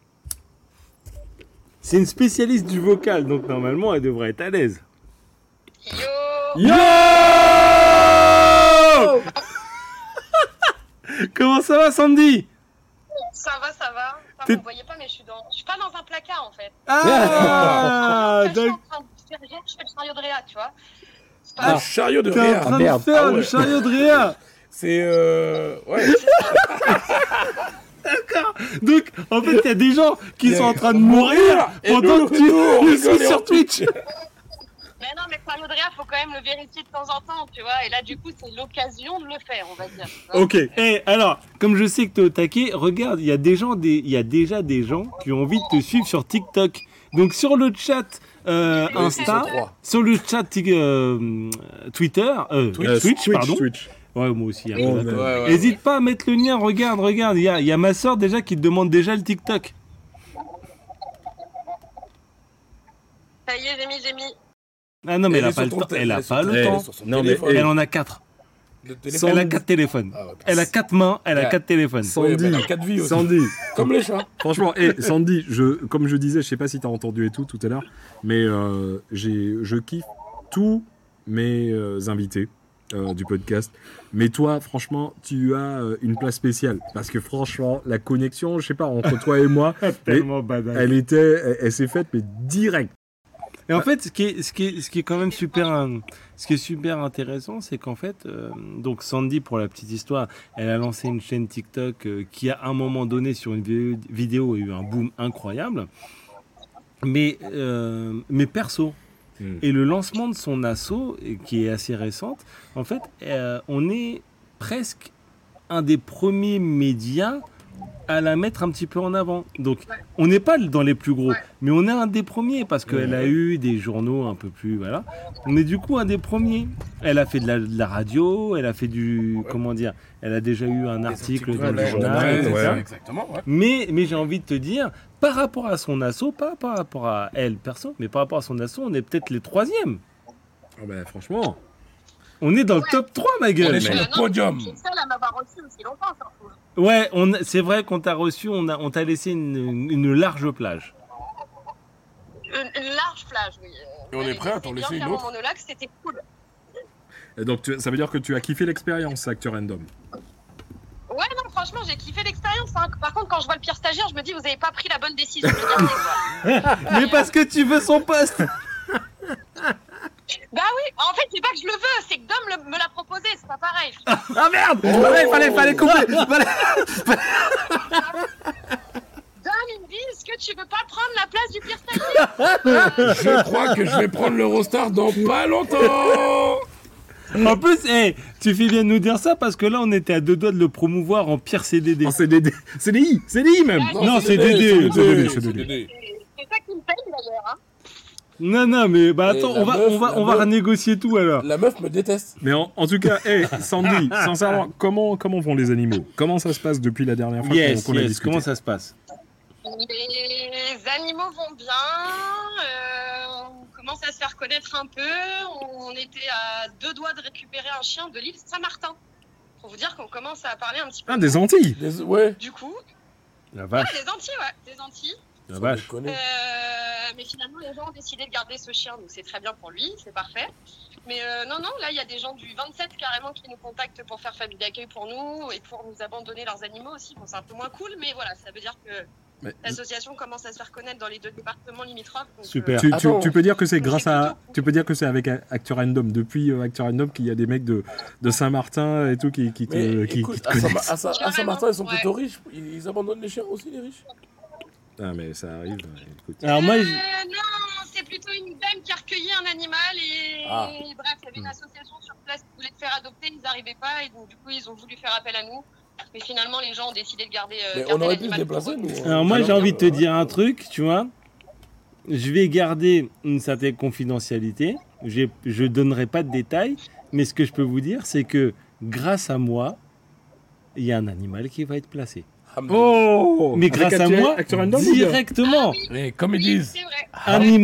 Speaker 2: C'est une spécialiste du vocal, donc normalement, elle devrait être à l'aise.
Speaker 5: Yo,
Speaker 2: Yo Comment ça va, Sandy?
Speaker 5: ça va, ça va. Enfin,
Speaker 2: T'es-
Speaker 5: vous voyez pas, mais je suis pas dans un placard en fait.
Speaker 2: Ah,
Speaker 5: Je suis
Speaker 2: donc
Speaker 5: en train de faire genre, je fais le chariot de Réa, tu vois. C'est
Speaker 4: Un
Speaker 5: pas
Speaker 4: chariot de
Speaker 2: t'es en
Speaker 4: Réa.
Speaker 2: train de
Speaker 3: merde.
Speaker 2: faire
Speaker 4: Ah
Speaker 2: le
Speaker 4: ouais.
Speaker 2: chariot de Réa.
Speaker 4: C'est. Ouais.
Speaker 2: Donc, en fait, il y a des gens qui sont en train de mourir
Speaker 4: Et
Speaker 2: pendant
Speaker 4: nous,
Speaker 2: que tu
Speaker 4: on
Speaker 2: le
Speaker 4: rigole
Speaker 2: suis
Speaker 4: et
Speaker 2: sur
Speaker 4: on-
Speaker 2: Twitch.
Speaker 5: Mais non, mais chariot de Réa, faut quand même le vérifier de temps en temps, tu vois. Et là, du coup, c'est l'occasion de le faire, on va dire. tu vois.
Speaker 2: Ok. Et alors, comme je sais que t'es au taquet, regarde, il y a déjà des gens qui ont envie de te suivre sur TikTok. Donc sur le chat Insta, sur le chat Twitter, Twitch, pardon.
Speaker 3: Twitch.
Speaker 2: Ouais, moi aussi. Hein,
Speaker 3: Oh,
Speaker 2: peut-être.
Speaker 3: merde.
Speaker 4: Ouais.
Speaker 2: N'hésite pas à mettre le lien. Regarde. Il y a ma soeur déjà qui te demande déjà le TikTok.
Speaker 5: Ça y est, j'ai mis.
Speaker 2: Ah non, mais elle
Speaker 4: est
Speaker 2: a pas
Speaker 4: sur
Speaker 2: le
Speaker 4: ton
Speaker 2: temps.
Speaker 4: tel-
Speaker 2: Elle a
Speaker 4: est sur
Speaker 2: pas
Speaker 4: ton
Speaker 2: le
Speaker 4: tel-
Speaker 2: temps.
Speaker 4: sur son
Speaker 3: Non, mais-
Speaker 4: téléphone.
Speaker 2: Elle en a 4.
Speaker 4: Le téléphone.
Speaker 2: Elle a 4 téléphones.
Speaker 4: Ah ouais,
Speaker 2: Elle a 4 mains. Elle a
Speaker 4: Yeah.
Speaker 2: 4 téléphones.
Speaker 4: Ouais,
Speaker 3: Sandy.
Speaker 4: bah, 4 vies aussi.
Speaker 3: Sandy.
Speaker 4: Comme les chats.
Speaker 3: Franchement, Sandy, comme je disais, je sais pas si tu as entendu et tout à l'heure, mais je kiffe tous mes invités du podcast. Mais toi, franchement, tu as une place spéciale. Parce que franchement, la connexion, je sais pas, entre toi et moi,
Speaker 2: Tellement badass.
Speaker 3: elle s'est faite, mais direct.
Speaker 2: Et en fait, ce qui est quand même super intéressant, c'est qu'en fait, donc Sandy, pour la petite histoire, elle a lancé une chaîne TikTok qui, à un moment donné, sur une vidéo, a eu un boom incroyable. Mais perso. Et le lancement de son asso, qui est assez récente, en fait, on est presque un des premiers médias à la mettre un petit peu en avant. Donc, on n'est pas dans les plus gros, mais on est un des premiers parce qu'elle a eu des journaux un peu plus, voilà. On est du coup un des premiers. Elle a fait de la radio, elle a fait comment dire, elle a déjà eu un article dans le journal, etc.
Speaker 4: Exactement, ouais.
Speaker 2: Mais j'ai envie de te dire, par rapport à son asso, pas par rapport à elle perso, mais par rapport à son asso, on est peut-être les 3e.
Speaker 3: Oh, bah, franchement.
Speaker 2: On est dans le top 3, ma
Speaker 4: On
Speaker 2: gueule.
Speaker 4: est sur le podium.
Speaker 5: Je suis seule à m'avoir reçu aussi longtemps, surtout.
Speaker 2: Ouais, c'est vrai qu'on t'a reçu, on t'a laissé une large plage.
Speaker 5: Une large plage, oui.
Speaker 4: Et on est prêt à t'en laisser une autre.
Speaker 5: Mon monologue, c'était cool.
Speaker 3: Et donc, ça veut dire que tu as kiffé l'expérience, Acteur Random.
Speaker 5: Ouais, non, franchement, j'ai kiffé l'expérience. Hein. Par contre, quand je vois le pire stagiaire, je me dis, vous avez pas pris la bonne décision de garder, quoi.
Speaker 2: Mais parce que tu veux son poste.
Speaker 5: Bah oui, en fait, c'est pas que je le veux, c'est que Dom me l'a proposé, c'est pas pareil.
Speaker 2: Ah merde, fallait couper.
Speaker 5: Dom, il me dit, est-ce que tu veux pas prendre la place du pire stagiaire?
Speaker 4: Je crois que je vais prendre l'Eurostar dans pas longtemps.
Speaker 2: En plus, tu fais bien de nous dire ça parce que là, on était à 2 doigts de le promouvoir en pire CDD.
Speaker 3: En CDD. CDI même.
Speaker 2: Non, c'est
Speaker 3: Dédé,
Speaker 2: Dédé.
Speaker 3: c'est Dédé.
Speaker 4: Dédé.
Speaker 5: C'est ça qui me paye d'ailleurs. Hein.
Speaker 2: Non, mais bah attends,
Speaker 4: Et la
Speaker 2: on va
Speaker 4: meuf-
Speaker 2: renégocier tout alors.
Speaker 4: La meuf me déteste.
Speaker 3: Mais en tout cas, Sandy, sincèrement, comment vont les animaux? Comment ça se passe depuis la dernière fois qu'on a discuté?
Speaker 2: Comment ça se passe?
Speaker 5: Les animaux vont bien, on commence à se faire connaître un peu. On était à 2 doigts de récupérer un chien de l'île Saint-Martin. Pour vous dire qu'on commence à parler un petit peu.
Speaker 3: Ah, des Antilles.
Speaker 4: Ouais.
Speaker 5: Du coup,
Speaker 2: La
Speaker 5: ouais,
Speaker 2: vache,
Speaker 5: des Antilles, ouais, des Antilles.
Speaker 2: la
Speaker 4: Sans
Speaker 2: vache.
Speaker 4: déconner.
Speaker 5: Mais finalement, les gens ont décidé de garder ce chien, donc c'est très bien pour lui, c'est parfait. Mais non, là, il y a des gens du 27 carrément qui nous contactent pour faire famille d'accueil pour nous et pour nous abandonner leurs animaux aussi. Bon, c'est un peu moins cool, mais voilà, ça veut dire que
Speaker 3: Mais-
Speaker 5: l'association commence à se faire connaître dans les 2 départements limitrophes. Donc,
Speaker 2: Super.
Speaker 3: Tu peux dire que c'est grâce à.
Speaker 5: plutôt-
Speaker 3: Tu peux dire que c'est avec Acteur Random. Depuis Acteur Random qu'il y a des mecs de Saint-Martin et tout qui te
Speaker 4: Mais
Speaker 3: qui
Speaker 4: écoute,
Speaker 3: te
Speaker 4: à
Speaker 3: connaissent.
Speaker 4: Saint-Martin, ils sont
Speaker 5: Ouais.
Speaker 4: plutôt riches. Ils abandonnent les chiens aussi, les riches.
Speaker 3: Ah, mais ça arrive. Écoute.
Speaker 2: Alors moi,
Speaker 5: non, c'est plutôt une dame qui a recueilli un animal et
Speaker 4: Ah.
Speaker 5: bref, il y avait une association sur place qui voulait le faire adopter, ils n'arrivaient pas et donc du coup ils ont voulu faire appel à nous. Mais finalement les gens ont décidé de garder.
Speaker 4: Mais
Speaker 5: garder
Speaker 4: on aurait pu se
Speaker 5: l'animal pour
Speaker 4: déplacer,
Speaker 5: eux.
Speaker 4: nous.
Speaker 2: Alors moi j'ai envie de te dire un truc, tu vois. je vais garder une certaine confidentialité. Je ne donnerai pas de détails. Mais ce que je peux vous dire, c'est que grâce à moi, il y a un animal qui va être placé.
Speaker 3: Oh
Speaker 2: Mais grâce à moi,
Speaker 3: acteur random ou bien
Speaker 2: directement.
Speaker 4: Et comme ils disent,
Speaker 6: C'est vrai.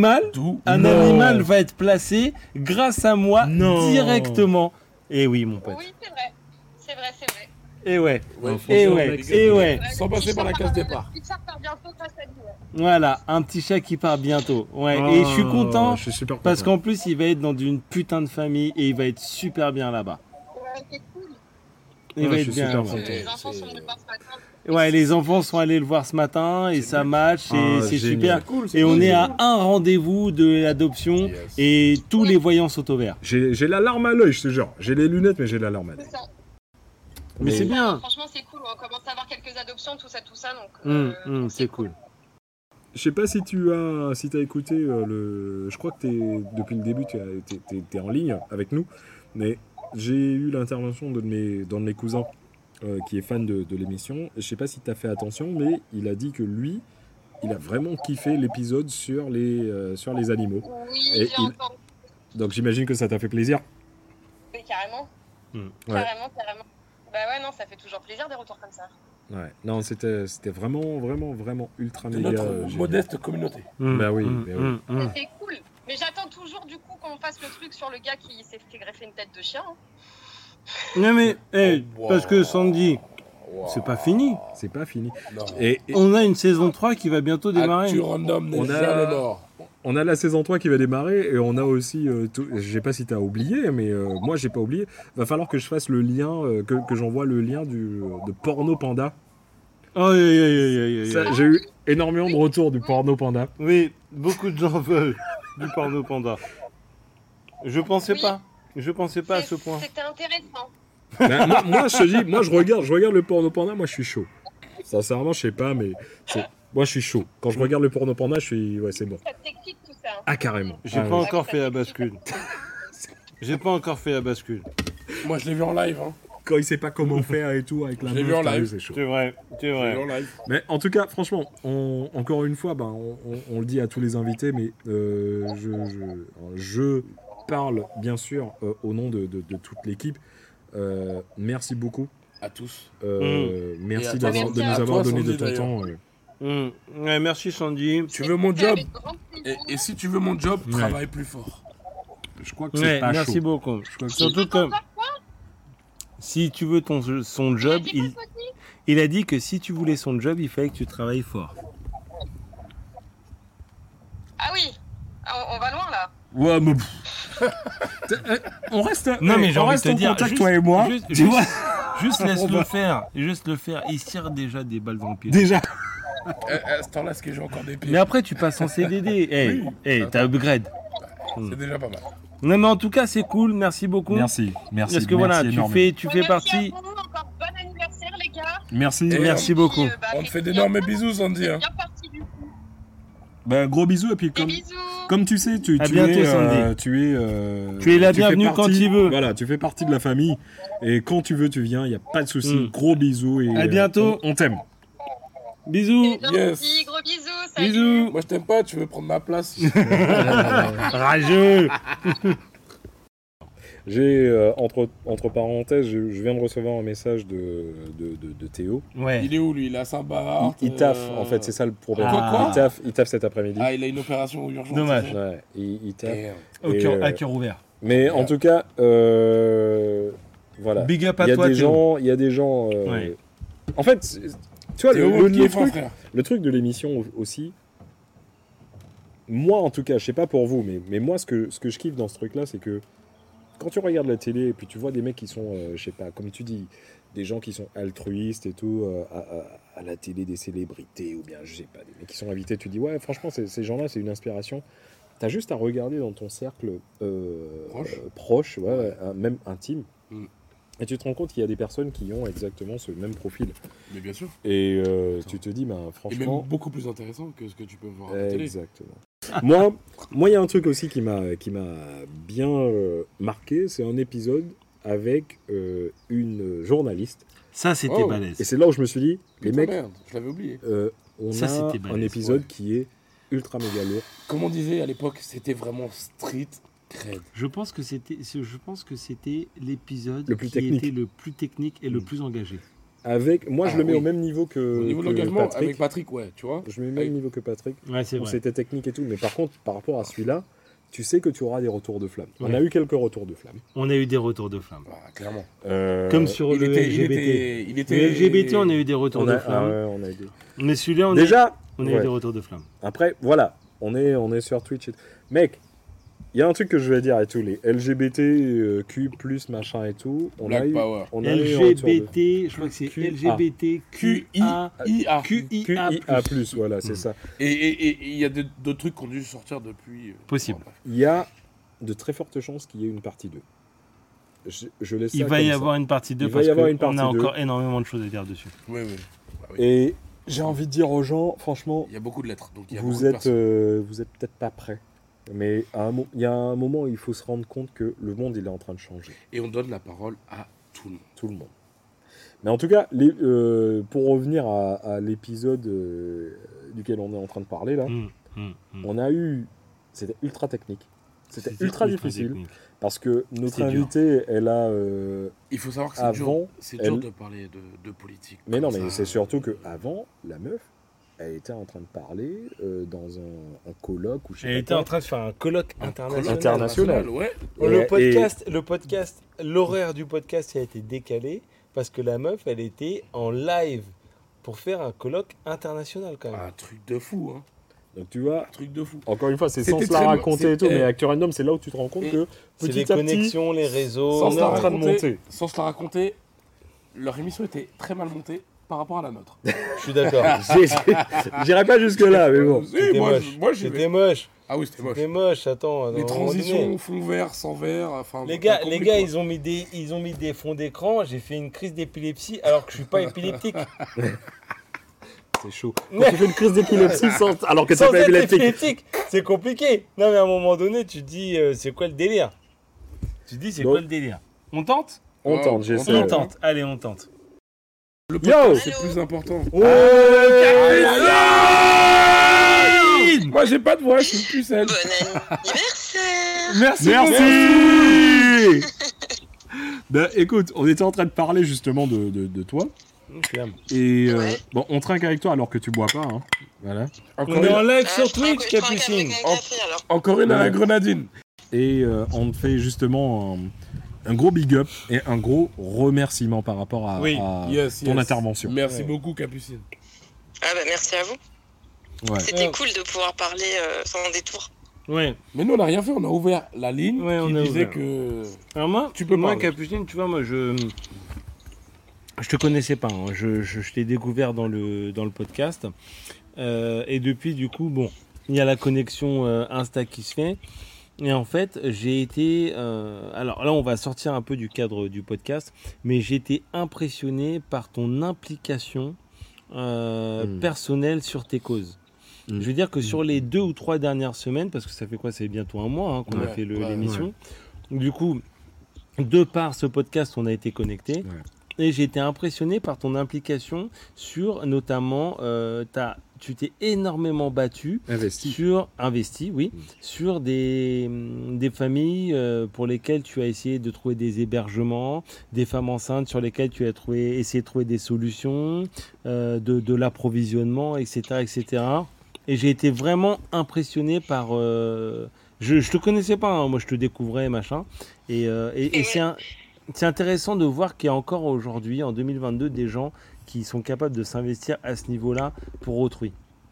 Speaker 2: Un
Speaker 3: Non.
Speaker 2: animal va être placé grâce à moi
Speaker 3: Non.
Speaker 2: directement. Et oui, mon pote.
Speaker 6: Oui, c'est vrai. C'est vrai, c'est vrai.
Speaker 2: Et ouais.
Speaker 4: ouais,
Speaker 2: Et
Speaker 4: faut-
Speaker 2: ouais,
Speaker 4: faut-
Speaker 2: et ouais.
Speaker 4: Sans passer par la case départ.
Speaker 6: Il part bientôt grâce à lui. Ouais.
Speaker 2: Voilà, un petit chat qui part bientôt. Ouais.
Speaker 3: Oh,
Speaker 2: et je suis content
Speaker 3: Je suis super
Speaker 2: parce
Speaker 3: content.
Speaker 2: qu'en plus, il va être dans une putain de famille et il va être super bien là-bas.
Speaker 6: Ouais, c'est cool.
Speaker 2: Il
Speaker 3: Ouais,
Speaker 2: va
Speaker 3: je
Speaker 2: être
Speaker 3: suis
Speaker 2: bien.
Speaker 3: super
Speaker 2: Ouais.
Speaker 3: content.
Speaker 6: Les enfants sont venus voir ce matin.
Speaker 2: Ouais, les enfants sont allés le voir ce matin et ça match et
Speaker 3: Ah,
Speaker 2: c'est
Speaker 3: génial.
Speaker 2: super.
Speaker 4: Cool,
Speaker 2: Et on est à un rendez-vous de l'adoption
Speaker 4: Yes.
Speaker 2: et tous les voyants sont au vert.
Speaker 3: J'ai la larme à l'œil, je te jure. J'ai les lunettes, mais j'ai la larme à l'œil.
Speaker 6: C'est ça.
Speaker 2: Mais c'est bien.
Speaker 6: Franchement, c'est cool. On commence à avoir quelques adoptions, tout ça. Donc,
Speaker 2: C'est cool.
Speaker 3: Je sais pas si tu as écouté le. Je crois que depuis le début, t'es en ligne avec nous, mais j'ai eu l'intervention d'un de mes cousins qui est fan de l'émission. Je sais pas si tu as fait attention, mais il a dit que lui, il a vraiment kiffé l'épisode sur les animaux.
Speaker 6: Oui,
Speaker 3: Et
Speaker 6: j'ai
Speaker 3: il-
Speaker 6: entendu.
Speaker 3: Donc j'imagine que ça t'a fait plaisir.
Speaker 6: Mais carrément.
Speaker 2: Hmm.
Speaker 3: Ouais.
Speaker 6: Carrément. Bah ouais, non, ça fait toujours plaisir des retours comme ça.
Speaker 3: Ouais. Non, c'était vraiment ultra
Speaker 4: De
Speaker 3: méga.
Speaker 4: notre
Speaker 3: génial.
Speaker 4: modeste communauté.
Speaker 3: Bah oui, bah oui.
Speaker 6: C'est cool. Mais j'attends toujours du coup qu'on fasse le truc sur le gars qui s'est fait greffer une tête de chien. Hein.
Speaker 2: Non mais,
Speaker 4: Wow.
Speaker 2: parce que Sandy,
Speaker 4: Wow.
Speaker 2: c'est pas fini.
Speaker 3: C'est pas fini.
Speaker 4: Non.
Speaker 3: Et
Speaker 2: On a une saison 3 qui va bientôt démarrer.
Speaker 4: Actu random n'est
Speaker 3: On a-
Speaker 4: jamais mort.
Speaker 3: on a la saison 3 qui va démarrer et on a aussi, je sais pas si tu as oublié, mais moi j'ai pas oublié, va falloir que je fasse le lien, que j'envoie le lien de Porno Panda.
Speaker 2: Aïe, aïe, aïe, aïe, aïe,
Speaker 3: Ça,
Speaker 2: aïe.
Speaker 3: j'ai eu énormément de retours du Porno Panda.
Speaker 2: Oui, beaucoup de gens veulent du porno panda. Je pensais
Speaker 6: Oui.
Speaker 2: pas. Je pensais pas à ce point.
Speaker 6: C'était intéressant.
Speaker 3: Ben, moi, je te dis, moi je regarde le Porno Panda, moi je suis chaud. Sincèrement, je sais pas, mais moi je suis chaud. Quand je regarde le Porno Panda, je suis, ouais, c'est bon.
Speaker 6: Ça t'excite tout ça. Hein.
Speaker 3: Ah carrément.
Speaker 2: J'ai
Speaker 3: Ah,
Speaker 2: pas
Speaker 3: ouais.
Speaker 2: encore fait la bascule. J'ai pas encore fait la bascule.
Speaker 4: Moi, je l'ai vu en live. Hein.
Speaker 3: Quand il sait pas comment faire et tout avec la
Speaker 4: Je l'ai
Speaker 3: meuf,
Speaker 4: vu en
Speaker 3: t'as
Speaker 4: live.
Speaker 3: c'est chaud.
Speaker 2: C'est vrai, c'est
Speaker 4: Je l'ai
Speaker 2: vrai.
Speaker 4: vu en live.
Speaker 3: Mais en tout cas, franchement, encore une fois, on le dit à tous les invités, mais je parle bien sûr au nom de toute l'équipe. Merci beaucoup.
Speaker 4: À tous.
Speaker 3: Merci
Speaker 4: Et à toi,
Speaker 3: de
Speaker 6: Sandy,
Speaker 3: nous
Speaker 6: à
Speaker 3: avoir
Speaker 4: toi,
Speaker 3: donné de
Speaker 4: Sandy,
Speaker 3: ton temps.
Speaker 2: Ouais, merci Sandy.
Speaker 4: Tu veux mon
Speaker 6: C'était
Speaker 4: job
Speaker 6: avec grand plaisir.
Speaker 4: et si tu veux mon job,
Speaker 3: Ouais.
Speaker 4: travaille plus fort.
Speaker 3: Je crois que
Speaker 2: Ouais,
Speaker 3: c'est pas
Speaker 2: merci
Speaker 3: chaud.
Speaker 2: beaucoup.
Speaker 3: crois que
Speaker 2: Surtout que si tu veux son job,
Speaker 6: Il a dit quoi, Sophie
Speaker 2: il a dit que si tu voulais son job, il fallait que tu travailles fort.
Speaker 6: Ah oui. On va loin là.
Speaker 3: Ouais, mais on reste.
Speaker 2: Non, mais j'ai
Speaker 3: on
Speaker 2: envie de
Speaker 3: reste
Speaker 2: te
Speaker 3: en
Speaker 2: dire,
Speaker 3: contact
Speaker 2: juste-
Speaker 3: toi et moi.
Speaker 2: juste-
Speaker 3: tu
Speaker 2: juste-
Speaker 3: vois
Speaker 2: Juste
Speaker 3: On
Speaker 2: laisse-le
Speaker 3: va-
Speaker 2: faire. Juste le faire. Il tire déjà des balles dans le pied.
Speaker 3: Déjà.
Speaker 4: À ce temps-là, est-ce que j'ai encore des pieds
Speaker 2: Mais après, tu passes en CDD. Hey,
Speaker 4: Oui.
Speaker 2: hey, t'as upgrade.
Speaker 4: C'est déjà pas mal.
Speaker 2: Non, mais en tout cas, c'est cool. Merci beaucoup.
Speaker 3: Merci.
Speaker 2: Parce que voilà, tu fais
Speaker 6: Merci
Speaker 2: partie.
Speaker 6: à vous. Encore bon anniversaire les gars.
Speaker 3: Merci.
Speaker 4: Et
Speaker 2: Merci
Speaker 6: Et puis,
Speaker 2: beaucoup.
Speaker 4: On te fait d'énormes bisous, Sandy. Hein.
Speaker 6: Bien parti du coup.
Speaker 3: Bah, gros bisous et puis
Speaker 6: Des bisous.
Speaker 3: comme tu sais, tu
Speaker 2: À bientôt,
Speaker 3: es,
Speaker 2: Sandy.
Speaker 3: tu es,
Speaker 2: Tu es la
Speaker 3: tu fais
Speaker 2: bienvenue quand tu veux.
Speaker 3: Voilà, tu fais partie de la famille et quand tu veux, tu viens. Il y a pas de souci.
Speaker 2: Mm.
Speaker 3: Gros bisous et
Speaker 2: À bientôt.
Speaker 3: on t'aime.
Speaker 2: Bisous.
Speaker 6: C'est
Speaker 4: Yes.
Speaker 6: gentil, gros bisous. Salut.
Speaker 2: Bisous.
Speaker 4: Moi, je t'aime pas, tu veux prendre ma place.
Speaker 2: Rageux.
Speaker 3: J'ai entre parenthèses, je viens de recevoir un message de Théo.
Speaker 2: Ouais.
Speaker 4: Il est où, lui? Il est à Saint-Barth.
Speaker 3: Il taffe, en fait, c'est ça le problème.
Speaker 2: Quoi
Speaker 3: Il taffe cet après-midi.
Speaker 4: Ah, il a une opération urgente.
Speaker 2: Dommage.
Speaker 4: c'est ça
Speaker 3: Ouais, il taffe.
Speaker 4: Damn.
Speaker 3: Et,
Speaker 2: À cœur ouvert.
Speaker 3: Mais en tout cas, voilà.
Speaker 2: Big up
Speaker 3: Il
Speaker 2: à
Speaker 3: y a
Speaker 2: toi,
Speaker 3: des
Speaker 2: Théo.
Speaker 3: gens, il y a des gens.
Speaker 2: Ouais.
Speaker 3: En fait, tu vois,
Speaker 4: Théo,
Speaker 3: le
Speaker 4: qui est fin
Speaker 3: truc,
Speaker 4: frère.
Speaker 3: le truc de l'émission aussi. Moi, en tout cas, je sais pas pour vous, mais moi, ce que je kiffe dans ce truc-là, c'est que quand tu regardes la télé et puis tu vois des mecs qui sont, je sais pas, comme tu dis, des gens qui sont altruistes et tout, à la télé, des célébrités ou bien, je sais pas, des mecs qui sont invités, tu dis, ouais, franchement, ces gens-là, c'est une inspiration. T'as juste à regarder dans ton cercle proche, ouais, même intime,
Speaker 4: Mm.
Speaker 3: et tu te rends compte qu'il y a des personnes qui ont exactement ce même profil.
Speaker 4: Mais bien sûr.
Speaker 3: Et tu te dis, bah,
Speaker 4: Et même
Speaker 3: franchement,
Speaker 4: beaucoup plus intéressant que ce que tu peux voir à la télé.
Speaker 3: exactement. moi, il y a un truc aussi qui m'a bien marqué, c'est un épisode avec une journaliste.
Speaker 2: Ça, c'était
Speaker 4: Oh.
Speaker 2: balèze.
Speaker 3: Et c'est là où je me suis dit, les
Speaker 4: Putain,
Speaker 3: mecs,
Speaker 4: merde, je l'avais oublié.
Speaker 3: on
Speaker 2: Ça,
Speaker 3: a
Speaker 2: c'était
Speaker 3: un
Speaker 2: balèze,
Speaker 3: épisode
Speaker 4: ouais.
Speaker 3: qui est ultra méga lourd.
Speaker 4: Comme on disait à l'époque, c'était vraiment street cred.
Speaker 2: Je pense que c'était l'épisode
Speaker 3: Le plus
Speaker 2: qui
Speaker 3: technique.
Speaker 2: était le plus technique et le plus engagé.
Speaker 3: Avec, moi, je
Speaker 4: Ah
Speaker 3: le mets
Speaker 4: oui.
Speaker 3: au même niveau que,
Speaker 4: Au niveau de
Speaker 3: que
Speaker 4: l'engagement,
Speaker 3: Patrick.
Speaker 4: avec Patrick, ouais, tu vois.
Speaker 3: Je mets au même niveau que Patrick.
Speaker 2: Ouais, c'est
Speaker 3: Où
Speaker 2: vrai.
Speaker 3: c'était technique et tout. Mais par contre, par rapport à celui-là, tu sais que tu auras des retours de flammes. On
Speaker 2: Ouais.
Speaker 3: a eu quelques retours de flammes.
Speaker 2: On a eu des retours de flammes.
Speaker 4: Ah, clairement.
Speaker 2: Comme sur le LGBT. Le LGBT, on a eu des retours
Speaker 3: on a,
Speaker 2: de flammes.
Speaker 3: ouais, on a eu des...
Speaker 2: Mais celui-là,
Speaker 3: Déjà,
Speaker 2: on a eu
Speaker 3: ouais.
Speaker 2: des retours de flammes.
Speaker 3: Après, voilà, on est sur Twitch. Mec, il y a un truc que je vais dire et tout, les LGBTQ+, machin et tout, on a
Speaker 4: Black
Speaker 3: eu...
Speaker 4: Power.
Speaker 3: On a eu un retour de-
Speaker 2: LGBT, je crois que c'est
Speaker 3: QA.
Speaker 2: LGBTQIA.
Speaker 4: QIA.
Speaker 3: QIA+, voilà, c'est ça.
Speaker 4: Et il y a d'autres trucs qui ont dû sortir depuis.
Speaker 2: Possible.
Speaker 4: Bon, bref.
Speaker 3: Il y a de très fortes chances qu'il y ait une partie 2. Je laisse ça
Speaker 2: Il va y
Speaker 3: comme ça.
Speaker 2: avoir une partie 2
Speaker 3: Il va
Speaker 2: parce
Speaker 3: y avoir
Speaker 2: qu'on
Speaker 3: une partie
Speaker 2: a
Speaker 3: 2.
Speaker 2: encore énormément de choses à dire dessus.
Speaker 4: Oui, oui. Bah oui.
Speaker 3: Et j'ai envie de dire aux gens, franchement,
Speaker 4: Il y a beaucoup de lettres. Donc il y a beaucoup
Speaker 3: vous
Speaker 4: de
Speaker 3: êtes,
Speaker 4: personnes.
Speaker 3: vous êtes peut-être pas prêts. Mais il y a un moment où il faut se rendre compte que le monde il est en train de changer.
Speaker 4: Et on donne la parole à tout le monde.
Speaker 3: Tout le monde. Mais en tout cas, pour revenir à l'épisode duquel on est en train de parler là, on a eu... C'était ultra technique. C'était ultra difficile.
Speaker 2: technique.
Speaker 3: Parce que notre
Speaker 2: C'était dur.
Speaker 3: invitée, elle a...
Speaker 4: Il faut savoir que c'est
Speaker 3: Avant,
Speaker 4: dur, c'est dur
Speaker 3: elle-
Speaker 4: de parler de politique.
Speaker 3: Mais non,
Speaker 4: comme
Speaker 3: mais
Speaker 4: ça.
Speaker 3: c'est surtout que avant, la meuf, elle était en train de parler dans un colloque ou je sais
Speaker 2: Elle
Speaker 3: pas
Speaker 2: était
Speaker 3: quoi.
Speaker 2: en train de faire un colloque
Speaker 4: Un
Speaker 2: international.
Speaker 3: International.
Speaker 4: Ouais.
Speaker 2: Le podcast, l'horaire du podcast a été décalé parce que la meuf, elle était en live pour faire un colloque international quand même.
Speaker 4: Un truc de fou, hein.
Speaker 3: Donc tu vois,
Speaker 4: Un truc de fou.
Speaker 3: encore une fois, c'est
Speaker 4: C'était
Speaker 3: sans se la
Speaker 4: très-
Speaker 3: raconter et tout,
Speaker 4: c'était-
Speaker 3: mais Actu Random, c'est là où tu te rends compte
Speaker 4: Et
Speaker 3: que
Speaker 2: C'est
Speaker 3: petit
Speaker 2: les
Speaker 3: à petit,
Speaker 2: connexions, les réseaux.
Speaker 3: on
Speaker 4: Sans
Speaker 3: est en train de
Speaker 4: raconter-
Speaker 3: monter.
Speaker 4: Sans se la raconter, leur émission était très mal montée par rapport à la nôtre.
Speaker 2: Je suis d'accord.
Speaker 3: J'irai pas jusque-là, mais bon.
Speaker 4: Si,
Speaker 2: C'était
Speaker 4: moi,
Speaker 2: moche.
Speaker 4: moi, j'y vais.
Speaker 2: C'était moche.
Speaker 4: Ah oui, c'était moche.
Speaker 2: C'était moche. Attends. à un
Speaker 4: Les
Speaker 2: moment donné.
Speaker 4: transitions, fond vert, sans vert, enfin...
Speaker 2: Les
Speaker 4: t'as
Speaker 2: gars,
Speaker 4: compris,
Speaker 2: les gars,
Speaker 4: quoi.
Speaker 2: ils ont mis des fonds d'écran. J'ai fait une crise d'épilepsie alors que je suis pas épileptique.
Speaker 3: C'est chaud. Quand tu fais une crise d'épilepsie alors que t'es
Speaker 2: Sans
Speaker 3: pas
Speaker 2: être
Speaker 3: épileptique.
Speaker 2: épileptique, c'est compliqué. Non mais à un moment donné, tu te dis c'est quoi le délire? Tu te dis c'est
Speaker 3: Donc-
Speaker 2: quoi le délire? On tente?
Speaker 3: On tente,
Speaker 4: on
Speaker 3: j'essaie.
Speaker 2: On tente. Allez, on tente.
Speaker 4: Le podcast,
Speaker 3: Yo
Speaker 4: c'est le plus important.
Speaker 3: Oh,
Speaker 4: Moi, j'ai pas de voix, je suis une pucelle.
Speaker 7: Bon anniversaire!
Speaker 2: Merci.
Speaker 3: Merci Ben, écoute, on était en train de parler justement de toi. Et
Speaker 7: Ouais.
Speaker 3: bon, on trinque avec toi alors que tu bois pas. Hein. Voilà.
Speaker 4: Encore
Speaker 2: On est en
Speaker 4: une,
Speaker 2: live
Speaker 7: Ah,
Speaker 2: sur
Speaker 7: je prends un-
Speaker 2: Twitch,
Speaker 7: je prends un
Speaker 2: Capucine.
Speaker 7: café, alors.
Speaker 4: encore une à la grenadine.
Speaker 3: Et on te fait justement un gros big up et un gros remerciement par rapport à,
Speaker 2: Oui.
Speaker 3: à
Speaker 4: Yes,
Speaker 3: ton
Speaker 4: yes.
Speaker 3: intervention.
Speaker 4: Merci
Speaker 2: Ouais.
Speaker 4: beaucoup, Capucine.
Speaker 7: Ah bah merci à vous.
Speaker 3: Ouais.
Speaker 7: C'était
Speaker 2: Ouais.
Speaker 7: cool de pouvoir parler sans détour.
Speaker 2: Ouais.
Speaker 4: Mais nous, on n'a rien fait, on a ouvert la ligne
Speaker 2: Ouais, on
Speaker 4: qui
Speaker 2: a
Speaker 4: disait
Speaker 2: ouvert.
Speaker 4: que...
Speaker 2: Alors moi,
Speaker 4: Tu peux
Speaker 2: moi
Speaker 4: parler.
Speaker 2: Capucine, tu vois, moi je te connaissais pas. Hein. Je t'ai découvert dans le podcast. Et depuis, du coup, bon, il y a la connexion Insta qui se fait. Et en fait, j'ai été... alors là, on va sortir un peu du cadre du podcast, mais j'ai été impressionné par ton implication personnelle sur tes causes.
Speaker 3: Mm.
Speaker 2: Je veux dire que sur les 2 ou 3 dernières semaines, parce que ça fait quoi? C'est bientôt un mois hein, qu'on a
Speaker 4: Ouais,
Speaker 2: fait
Speaker 4: ouais,
Speaker 2: l'émission. Du coup, de par ce podcast, on a été connectés.
Speaker 3: Ouais.
Speaker 2: Et j'ai été impressionné par ton implication sur notamment, tu t'es énormément battu
Speaker 3: Investi.
Speaker 2: investi, oui, sur des familles pour lesquelles tu as essayé de trouver des hébergements, des femmes enceintes sur lesquelles tu as essayé de trouver des solutions, de l'approvisionnement, etc., etc. Et j'ai été vraiment impressionné par... je te connaissais pas, hein, moi je te découvrais, machin. Et c'est intéressant de voir qu'il y a encore aujourd'hui, en 2022, des gens qui sont capables de s'investir à ce niveau-là pour autrui.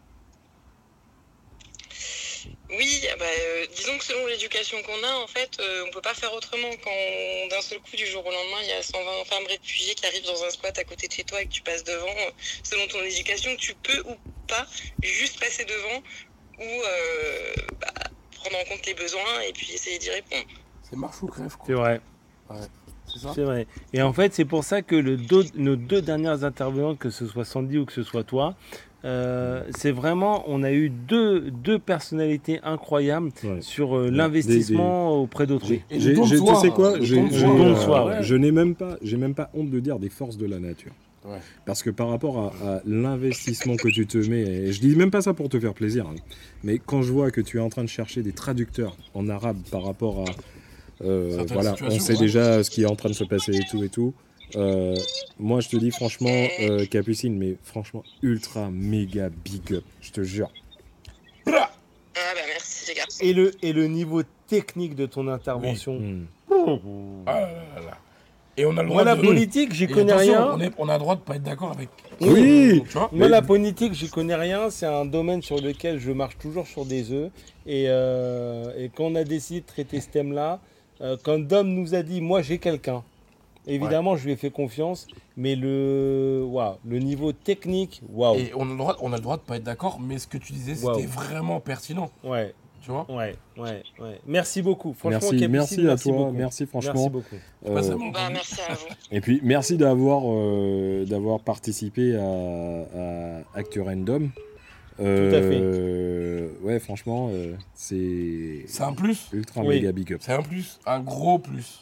Speaker 7: Oui, disons que selon l'éducation qu'on a, en fait, on peut pas faire autrement. Quand d'un seul coup, du jour au lendemain, il y a 120 femmes réfugiées qui arrivent dans un squat à côté de chez toi et que tu passes devant, selon ton éducation, tu peux ou pas juste passer devant ou prendre en compte les besoins et puis essayer d'y répondre.
Speaker 4: C'est marche ou crève, quoi.
Speaker 2: C'est vrai.
Speaker 4: C'est ça.
Speaker 2: C'est vrai. Et en fait, c'est pour ça que nos 2 dernières intervenantes, que ce soit Sandy ou que ce soit toi, c'est vraiment, on a eu deux personnalités incroyables
Speaker 3: Ouais.
Speaker 2: sur l'investissement auprès d'autrui.
Speaker 4: Et
Speaker 3: J'ai-
Speaker 4: le don de
Speaker 3: tu
Speaker 4: soi,
Speaker 3: sais quoi
Speaker 4: le
Speaker 3: J'ai-
Speaker 4: don de
Speaker 3: j'ai,
Speaker 4: soi,
Speaker 2: don de soi, ouais.
Speaker 3: j'ai même pas honte de dire des forces de la nature.
Speaker 4: Ouais.
Speaker 3: Parce que par rapport à l'investissement que tu te mets, et je dis même pas ça pour te faire plaisir, hein, mais quand je vois que tu es en train de chercher des traducteurs en arabe par rapport à... voilà, on
Speaker 4: situations,
Speaker 3: sait
Speaker 4: ouais.
Speaker 3: déjà ce qui est en train de se passer et tout. Moi, je te dis franchement, Capucine, mais franchement, ultra, méga big up, je te jure.
Speaker 7: Ah bah merci les gars.
Speaker 2: Et le niveau technique de ton intervention.
Speaker 3: Mm.
Speaker 4: Ah là là là. Et on a le droit
Speaker 2: Moi, la
Speaker 4: de...
Speaker 2: politique, j'y
Speaker 4: Et
Speaker 2: connais
Speaker 4: attention,
Speaker 2: rien.
Speaker 4: on a le droit de pas être d'accord avec...
Speaker 3: Oui.
Speaker 4: Tu vois
Speaker 2: Moi, la politique, j'y connais rien. C'est un domaine sur lequel je marche toujours sur des œufs. Et quand on a décidé de traiter ce thème-là, quand Dom nous a dit, moi, j'ai quelqu'un. Évidemment, je lui ai fait confiance. Mais le niveau technique, waouh.
Speaker 4: Et on a le droit de pas être d'accord, mais ce que tu disais, c'était
Speaker 2: Waouh.
Speaker 4: vraiment pertinent.
Speaker 2: Ouais,
Speaker 4: Tu vois
Speaker 2: ouais. Merci beaucoup. Franchement,
Speaker 3: Merci,
Speaker 2: Capucine,
Speaker 3: merci à toi,
Speaker 2: beaucoup.
Speaker 3: merci franchement.
Speaker 2: Merci beaucoup.
Speaker 4: Pas seulement
Speaker 7: Bah merci à vous.
Speaker 3: Et puis merci d'avoir participé à Actu Random.
Speaker 2: Tout à fait.
Speaker 3: Ouais, franchement, c'est
Speaker 4: C'est un plus.
Speaker 3: ultra
Speaker 2: Oui.
Speaker 3: méga big up.
Speaker 4: C'est un plus. Un gros plus.